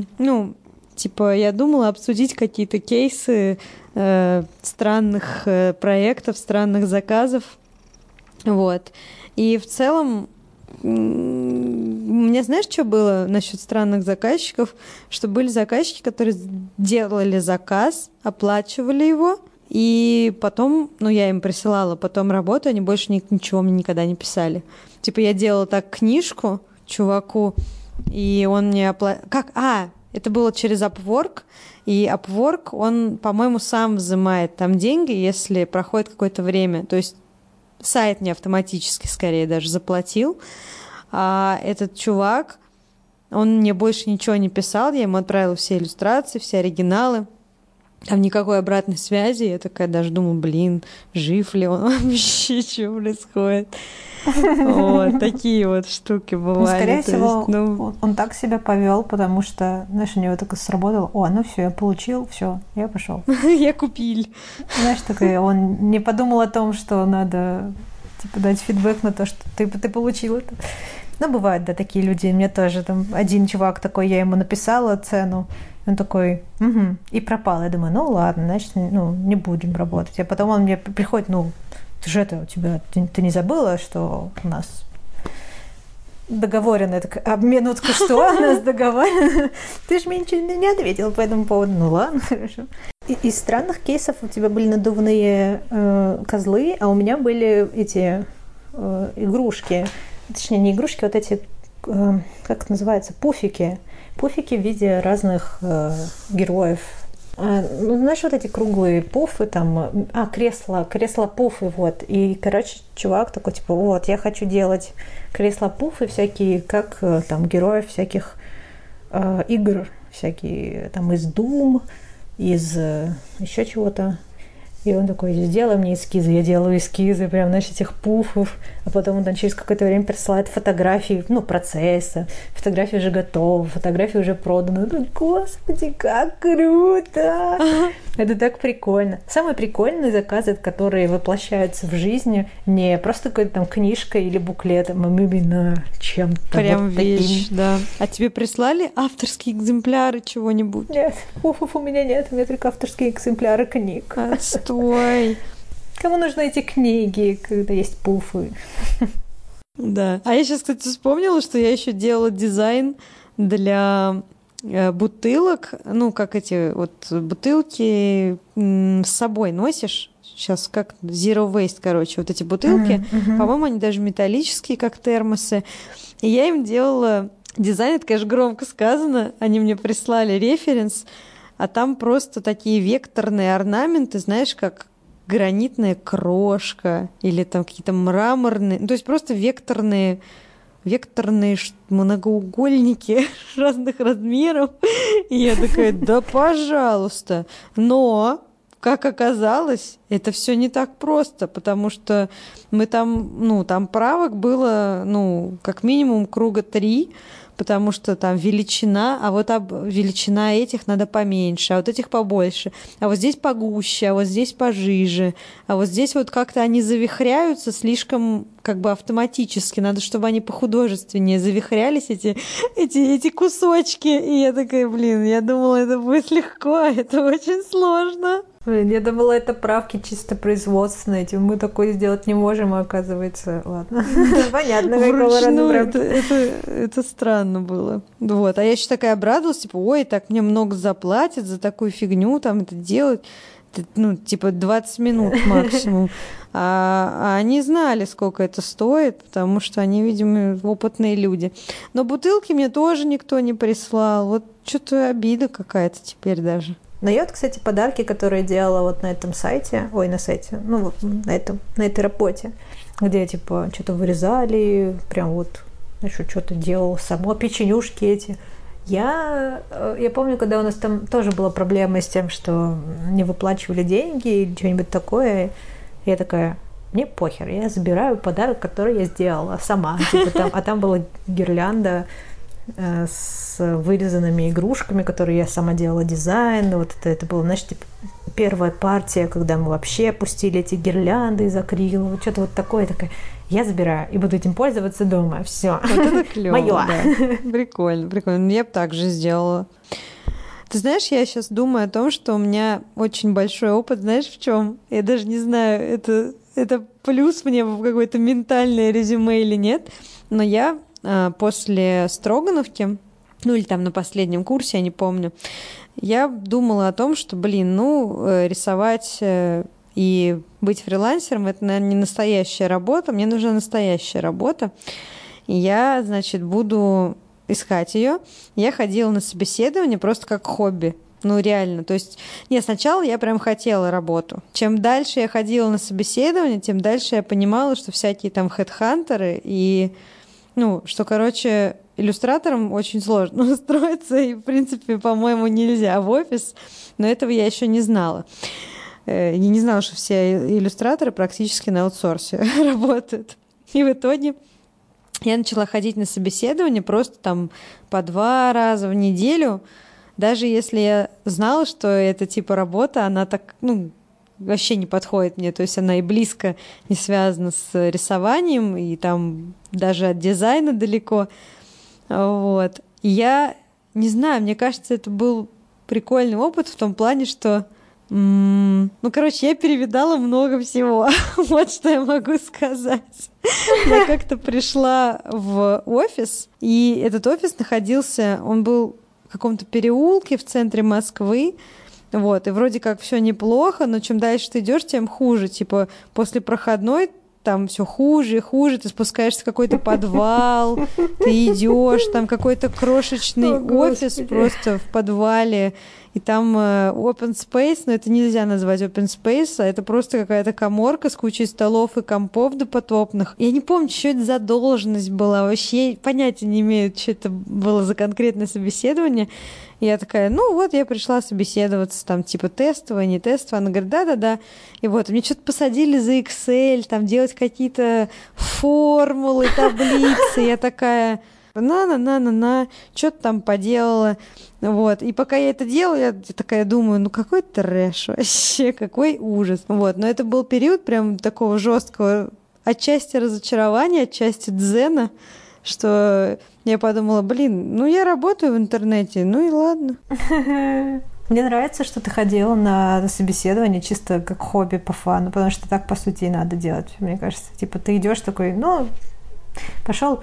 я думала обсудить какие-то кейсы странных проектов, странных заказов. Вот. И в целом у меня, знаешь, что было насчет странных заказчиков? Что были заказчики, которые делали заказ, оплачивали его, и потом, я им присылала потом работу, они больше ничего мне никогда не писали. Типа я делала так книжку чуваку, и он мне это было через Upwork, и Upwork, он, по-моему, сам взимает там деньги, если проходит какое-то время. То есть сайт мне автоматически, скорее, даже заплатил. А этот чувак, он мне больше ничего не писал, я ему отправила все иллюстрации, все оригиналы. Там никакой обратной связи. Я такая даже думаю, жив ли он вообще, что происходит. Вот, такие вот штуки бывали. Скорее всего, он так себя повел, потому что, знаешь, у него только сработало, все, я получил, все, я пошел. Я купил. Знаешь, такой, он не подумал о том, что надо дать фидбэк на то, что ты получил это. Бывают, да, такие люди. Мне тоже там один чувак такой, я ему написала цену, он такой, и пропал. Я думаю, ладно, значит, не будем работать. А потом он мне приходит, ты же ты не забыла, что у нас договорено, обмен, что у нас договорено? Ты же мне ничего не ответил по этому поводу. Ладно, хорошо. Из странных кейсов у тебя были надувные козлы, а у меня были эти игрушки. Точнее, не игрушки, вот эти, как это называется, пуфики. Пуфики в виде разных героев. Знаешь, вот эти круглые пуфы, там, кресла-пуфы, вот. И, короче, чувак такой, типа, я хочу делать кресла-пуфы всякие, как там героев всяких игр, всякие там из Doom, из еще чего-то. И он такой, сделай мне эскизы. Я делаю эскизы прям, знаешь, этих пуфов. А потом он там через какое-то время присылает фотографии, процесса. Фотографии уже готовы, фотографии уже проданы. Господи, как круто! Это так прикольно. Самые прикольные заказы, которые воплощаются в жизни, не просто какой-то там книжка или буклетом, а именно чем-то прям вот вещь, таким. Да. А тебе прислали авторские экземпляры чего-нибудь? Нет, пуфов у меня нет, у меня только авторские экземпляры книг. Отстой. Кому нужны эти книги, когда есть пуфы? Да. А я сейчас, кстати, вспомнила, что я еще делала дизайн для бутылок, как эти вот бутылки с собой носишь. Сейчас как Zero Waste, короче, вот эти бутылки. По-моему, они даже металлические, как термосы. И я им делала дизайн, это, конечно, громко сказано. Они мне прислали референс, а там просто такие векторные орнаменты, знаешь, как гранитная крошка или там какие-то мраморные, ну, то есть просто векторные многоугольники разных размеров. И я такая, да пожалуйста. Но, как оказалось, это все не так просто, потому что мы там, там правок было, как минимум круга 3, потому что там величина, а вот величина этих надо поменьше, а вот этих побольше, а вот здесь погуще, а вот здесь пожиже, а вот здесь вот как-то они завихряются слишком как бы автоматически, надо, чтобы они похудожественнее завихрялись, эти кусочки, и я такая, я думала, это будет легко, а это очень сложно. Я думала, это правки чисто производственные, мы такое сделать не можем, а оказывается, ладно. Понятно, вручную это странно было. Вот, а я еще такая обрадовалась, ой, так мне много заплатят за такую фигню, там это делать, 20 минут максимум. А они знали, сколько это стоит, потому что они, видимо, опытные люди. Но бутылки мне тоже никто не прислал. Вот что-то обида какая-то теперь даже. Но я кстати, подарки, которые делала вот на этом сайте, на этой работе, где, что-то вырезали, прям еще что-то делала сама, печенюшки эти. Я помню, когда у нас там тоже была проблема с тем, что не выплачивали деньги или что-нибудь такое, я такая, мне похер, я забираю подарок, который я сделала сама. А там была гирлянда с вырезанными игрушками, которые я сама делала дизайн. Это было, первая партия, когда мы вообще опустили эти гирлянды из акрила. Что-то такое. Я забираю и буду этим пользоваться дома. Все. Вот это клёво. Моё. Да. Прикольно. Я бы так же сделала. Ты знаешь, я сейчас думаю о том, что у меня очень большой опыт, знаешь, в чем? Я даже не знаю, это плюс мне в какое-то ментальное резюме или нет, но я после Строгановки, или там на последнем курсе, я не помню, я думала о том, что, рисовать и быть фрилансером – это, наверное, не настоящая работа, мне нужна настоящая работа. И я, буду искать ее. Я ходила на собеседование просто как хобби. Реально. То есть, сначала я прям хотела работу. Чем дальше я ходила на собеседование, тем дальше я понимала, что всякие там хедхантеры и что, иллюстратором очень сложно устроиться, и, в принципе, по-моему, нельзя в офис, но этого я еще не знала. Я не знала, что все иллюстраторы практически на аутсорсе работают. И в итоге я начала ходить на собеседование просто там по 2 раза в неделю, даже если я знала, что это работа, она так, вообще не подходит мне, то есть она и близко не связана с рисованием, и там даже от дизайна далеко. Вот. И я не знаю, мне кажется, это был прикольный опыт в том плане, что я перевидала много всего. Вот что я могу сказать. Я как-то пришла в офис, и этот офис находился, он был в каком-то переулке в центре Москвы. Вот, и вроде как все неплохо, но чем дальше ты идешь, тем хуже. После проходной там все хуже и хуже, ты спускаешься в какой-то подвал, ты идешь, там какой-то крошечный офис просто в подвале, и там open space, но это нельзя назвать open space, а это просто какая-то каморка с кучей столов и компов допотопных. Я не помню, что это за должность была, вообще понятия не имею, что это было за конкретное собеседование. И я такая, я пришла собеседоваться, там, тестовое, не тестовое. Она говорит, да-да-да. И мне что-то посадили за Excel, там, делать какие-то формулы, таблицы. Я такая, что-то там поделала. Вот. И пока я это делала, я такая думаю, какой трэш вообще, какой ужас. Вот. Но это был период прям такого жесткого, отчасти разочарования, отчасти дзена, что я подумала, я работаю в интернете, и ладно. Мне нравится, что ты ходила на собеседование чисто как хобби по фану, потому что так, по сути, и надо делать, мне кажется. Ты идешь такой, пошел,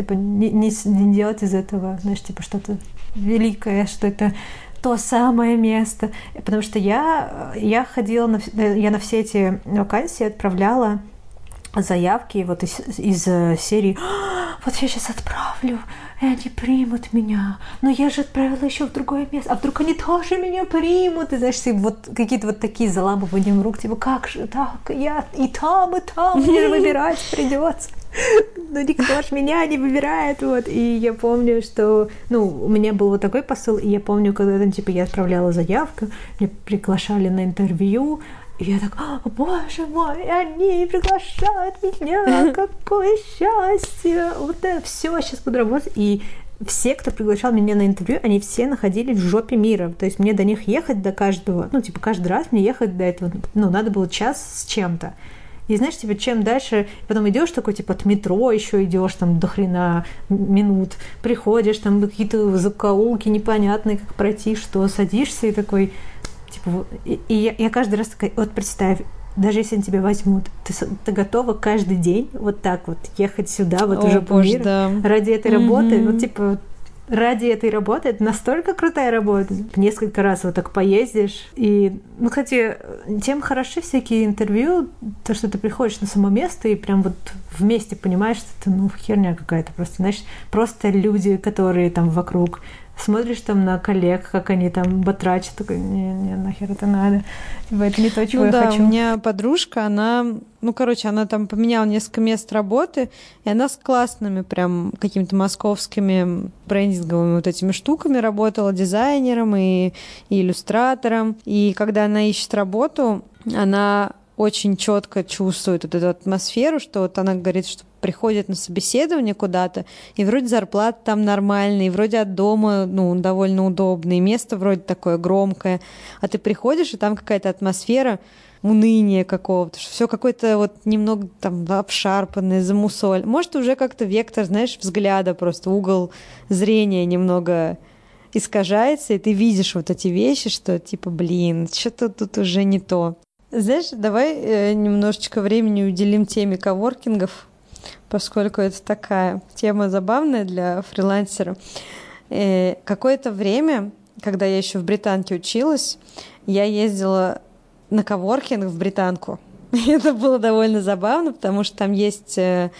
не делать из этого, что-то великое, что это то самое место. Потому что я ходила, я на все эти вакансии отправляла заявки из серии вот я сейчас отправлю, и они примут меня, но я же отправила еще в другое место, а вдруг они тоже меня примут, и знаешь, вот какие-то вот такие заламывания рук, типа, как же так, я и там, мне же выбирать придется. Но никто ж меня не выбирает, вот. И я помню, что, у меня был вот такой посыл, и я помню, когда, я отправляла заявку, меня приглашали на интервью, и я так, боже мой, они приглашают меня, какое счастье, вот это все, сейчас буду работать. И все, кто приглашал меня на интервью, они все находились в жопе мира. То есть мне до них ехать, до каждого, каждый раз мне ехать до этого, надо было час с чем-то. И знаешь, чем дальше, потом идешь такой, от метро еще идешь там до хрена минут, приходишь, там какие-то закоулки непонятные, как пройти, что, садишься и такой, и я каждый раз такая, вот представь, даже если они тебя возьмут, ты готова каждый день вот так вот ехать сюда, вот уже по миру, ради этой работы, ради этой работы, это настолько крутая работа. Несколько раз вот так поездишь. И, кстати, тем хороши всякие интервью, то, что ты приходишь на само место и прям вот вместе понимаешь, что это, херня какая-то просто. Знаешь, просто люди, которые там вокруг. Смотришь там на коллег, как они там батрачат, такой, не, нахер это надо. Это не то, чего я хочу. У меня подружка, она там поменяла несколько мест работы, и она с классными прям какими-то московскими брендинговыми вот этими штуками работала, дизайнером и иллюстратором. И когда она ищет работу, она очень четко чувствует вот эту атмосферу, что вот она говорит, что приходит на собеседование куда-то, и вроде зарплата там нормальная, и вроде от дома, довольно удобно, и место вроде такое громкое, а ты приходишь, и там какая-то атмосфера уныния какого-то, что все какое-то вот немного там обшарпанное, замусоль. Может, уже как-то вектор, знаешь, взгляда, просто угол зрения немного искажается, и ты видишь вот эти вещи, что что-то тут уже не то. Знаешь, давай немножечко времени уделим теме коворкингов, поскольку это такая тема забавная для фрилансера. Какое-то время, когда я еще в Британке училась, я ездила на коворкинг в Британку. Это было довольно забавно, потому что там есть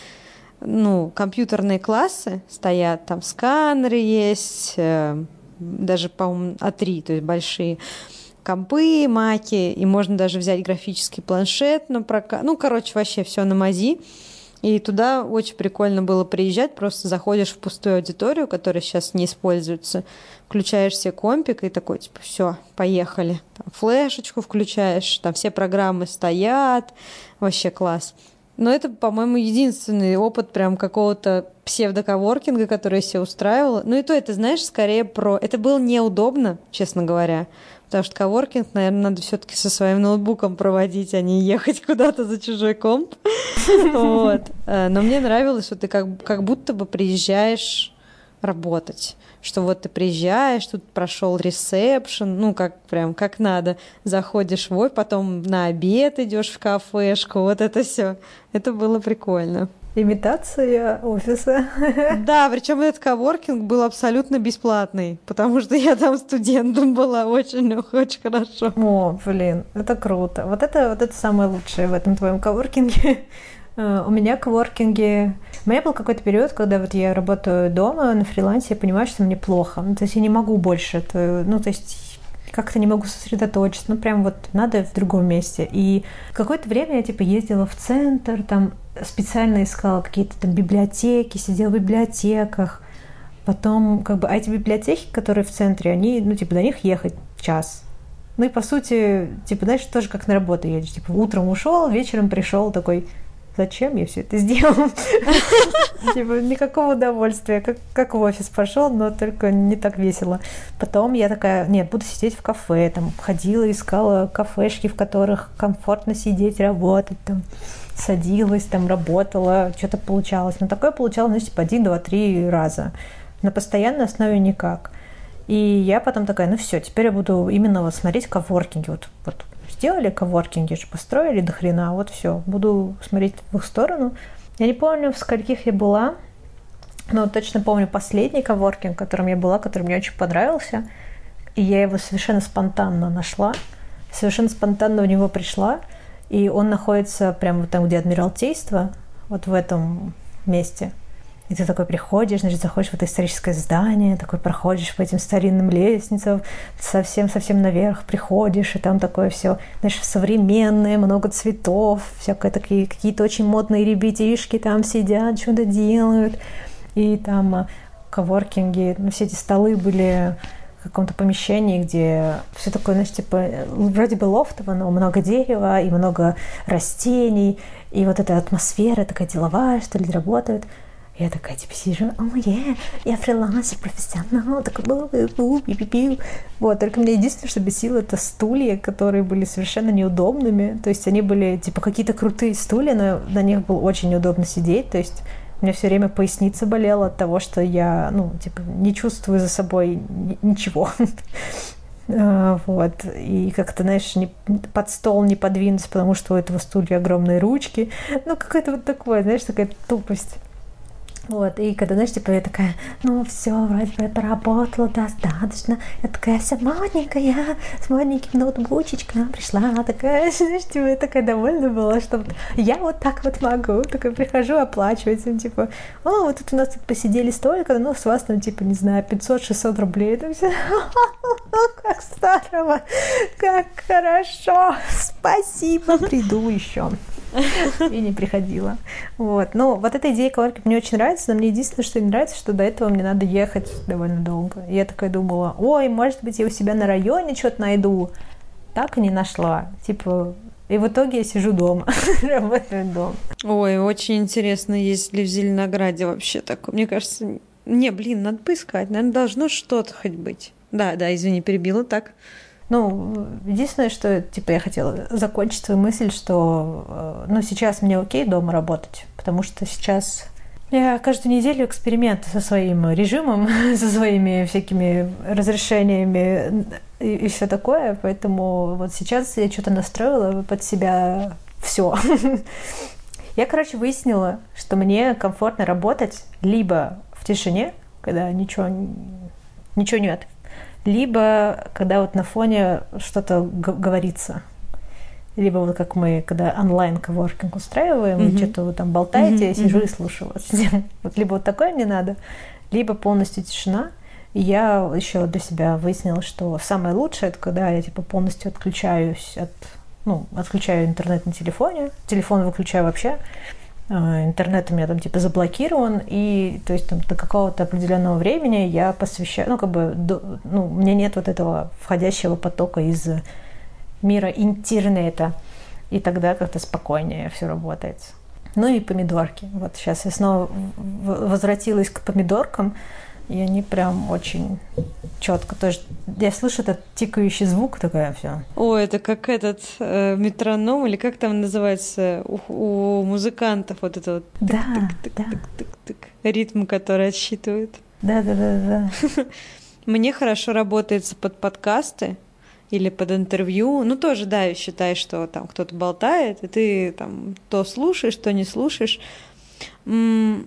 компьютерные классы стоят, там сканеры есть, даже, по-моему, А3, то есть большие компы, маки, и можно даже взять графический планшет на прокат. Вообще все на мази. И туда очень прикольно было приезжать, просто заходишь в пустую аудиторию, которая сейчас не используется, включаешь себе компик и такой, все, поехали. Там флешечку включаешь, там все программы стоят, вообще класс. Но это, по-моему, единственный опыт прям какого-то псевдоковоркинга, который я себе устраивала. И то это, знаешь, скорее про... Это было неудобно, честно говоря, потому что коворкинг, наверное, надо все-таки со своим ноутбуком проводить, а не ехать куда-то за чужой комп. Вот. Но мне нравилось, что ты как будто бы приезжаешь работать. Что вот ты приезжаешь, тут прошел ресепшн, как надо. Заходишь в офис, потом на обед идешь в кафешку, вот это все. Это было прикольно. Имитация офиса. Да, причем этот коворкинг был абсолютно бесплатный, потому что я там студентом была, очень-очень хорошо. О, блин, это круто. Вот это самое лучшее в этом твоем коворкинге. У меня коворкинги... У меня был какой-то период, когда вот я работаю дома на фрилансе, я понимаю, что мне плохо. То есть я не могу больше. Как-то не могу сосредоточиться. Прям вот надо в другом месте. И какое-то время я ездила в центр, там специально искала какие-то там библиотеки, сидела в библиотеках. Потом, а эти библиотеки, которые в центре, они, до них ехать час. И по сути, знаешь, тоже как на работу едешь. Утром ушел, вечером пришел такой... Зачем я все это сделал? Никакого удовольствия. Как в офис пошел, но только не так весело. Потом я такая, нет, буду сидеть в кафе. Там ходила, искала кафешки, в которых комфортно сидеть, работать. Там садилась, там работала, что-то получалось. Но такое получалось, 1, 2, 3 раза. На постоянной основе никак. И я потом такая, все, теперь я буду именно смотреть коворкинги. Вот сделали коворкинги, построили до хрена, вот все, буду смотреть в их сторону. Я не помню, в скольких я была, но точно помню последний коворкинг, в котором я была, который мне очень понравился, и я его совершенно спонтанно нашла, совершенно спонтанно в него пришла, и он находится прямо там, где Адмиралтейство, вот в этом месте. И ты такой приходишь, значит, заходишь в это историческое здание, такой проходишь по этим старинным лестницам, совсем-совсем наверх приходишь, и там такое все, знаешь, современное, много цветов, всякие такие, какие-то очень модные ребятишки там сидят, что-то делают. И там коворкинги, все эти столы были в каком-то помещении, где все такое, знаешь, типа, вроде бы лофтово, но много дерева и много растений, и вот эта атмосфера такая деловая, что люди работают. Я такая, типа, сижу, я фрилансер, профессионал, такой, вот, только меня единственное, что бесило, это стулья, которые были совершенно неудобными, то есть они были, типа, какие-то крутые стулья, но на них было очень неудобно сидеть, то есть у меня все время поясница болела от того, что я, не чувствую за собой ничего. Вот, и как-то, знаешь, под стол не подвинуться, потому что у этого стулья огромные ручки, какое-то вот такое, знаешь, такая тупость. Вот, и когда, знаешь, типа, я такая, все, вроде бы я поработала достаточно, я такая вся модненькая, с модненьким ноутбучечком пришла, такая, знаешь, типа, я такая довольна была, что я вот так вот могу, такая прихожу оплачивать, типа, вот тут у нас тут посидели столько, с вас там, типа, не знаю, 500-600 рублей, это все, как здорово, как хорошо, спасибо, приду еще. И не приходила. Вот. Вот эта идея коворкинга мне очень нравится, но мне единственное, что не нравится, что до этого мне надо ехать довольно долго. И я такая думала, может быть, я у себя на районе что-то найду. Так и не нашла. Типа, и в итоге я сижу дома, работаю дома. Ой, очень интересно, есть ли в Зеленограде вообще такое. Мне кажется, надо поискать. Наверное, должно что-то хоть быть. Да, извини, перебила так. Единственное, что, типа, я хотела закончить свою мысль, что, сейчас мне окей дома работать, потому что сейчас я каждую неделю эксперимент со своим режимом, со своими всякими разрешениями и все такое, поэтому вот сейчас я что-то настроила под себя все. Я, выяснила, что мне комфортно работать либо в тишине, когда ничего нет, либо когда вот на фоне что-то говорится. Либо вот как мы, когда онлайн-коворкинг устраиваем, и что-то вы там болтаете, я сижу и слушаю вас. Вот либо вот такое мне надо, либо полностью тишина. И я еще для себя выяснила, что самое лучшее, это когда я типа полностью отключаюсь отключаю интернет на телефоне, телефон выключаю вообще, интернет у меня там типа заблокирован, и то есть там до какого-то определенного времени я посвящаю, у меня нет вот этого входящего потока из мира интернета, и тогда как-то спокойнее все работает. И помидорки. Вот сейчас я снова возвратилась к помидоркам, и они прям очень четко. То есть я слышу этот тикающий звук, такая все. Ой, это как этот метроном, или как там называется у музыкантов вот это вот тык-тык-тык-тык-тык-тык, ритм, который отсчитывает. Да. Мне хорошо работается под подкасты или под интервью. Тоже, да, я считаю, что там кто-то болтает, и ты там то слушаешь, то не слушаешь. Не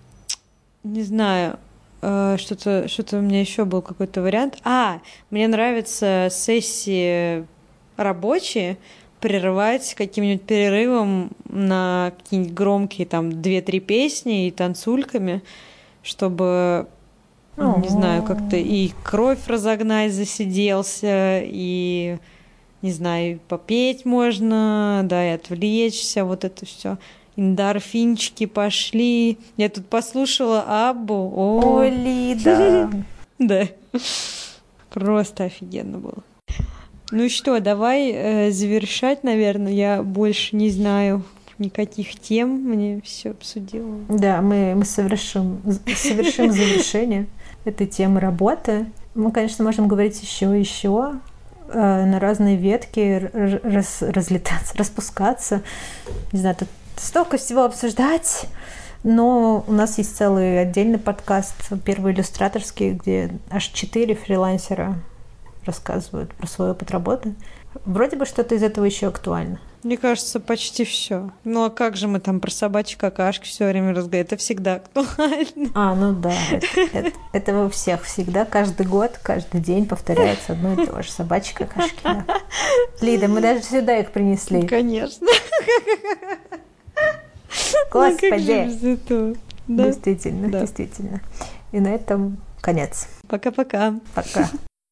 знаю, что-то у меня еще был какой-то вариант. Мне нравятся сессии рабочие, прерывать каким-нибудь перерывом на какие-нибудь громкие там 2-3 песни и танцульками, чтобы, не знаю, как-то и кровь разогнать, засиделся, и, не знаю, попеть можно, да, и отвлечься, вот это все. Эндорфинчики пошли. Я тут послушала Аббу. Ой, Лида. Да. Просто офигенно было. Что, давай завершать, наверное. Я больше не знаю никаких тем. Мне все обсудила. Да, мы совершим завершение этой темы работы. Мы, конечно, можем говорить еще на разные ветки, разлетаться, распускаться. Не знаю, тут столько всего обсуждать, но у нас есть целый отдельный подкаст, первый иллюстраторский, где аж 4 фрилансера рассказывают про свой опыт работы. Вроде бы что-то из этого еще актуально. Мне кажется, почти все. А как же мы там про собачьи какашки все время разговариваем? Это всегда актуально. Да. Это у всех всегда, каждый год, каждый день повторяется одно и то же. Собачьи какашки. Да. Лида, мы даже сюда их принесли. Конечно. Господи. Действительно. И на этом конец. Пока-пока. Пока.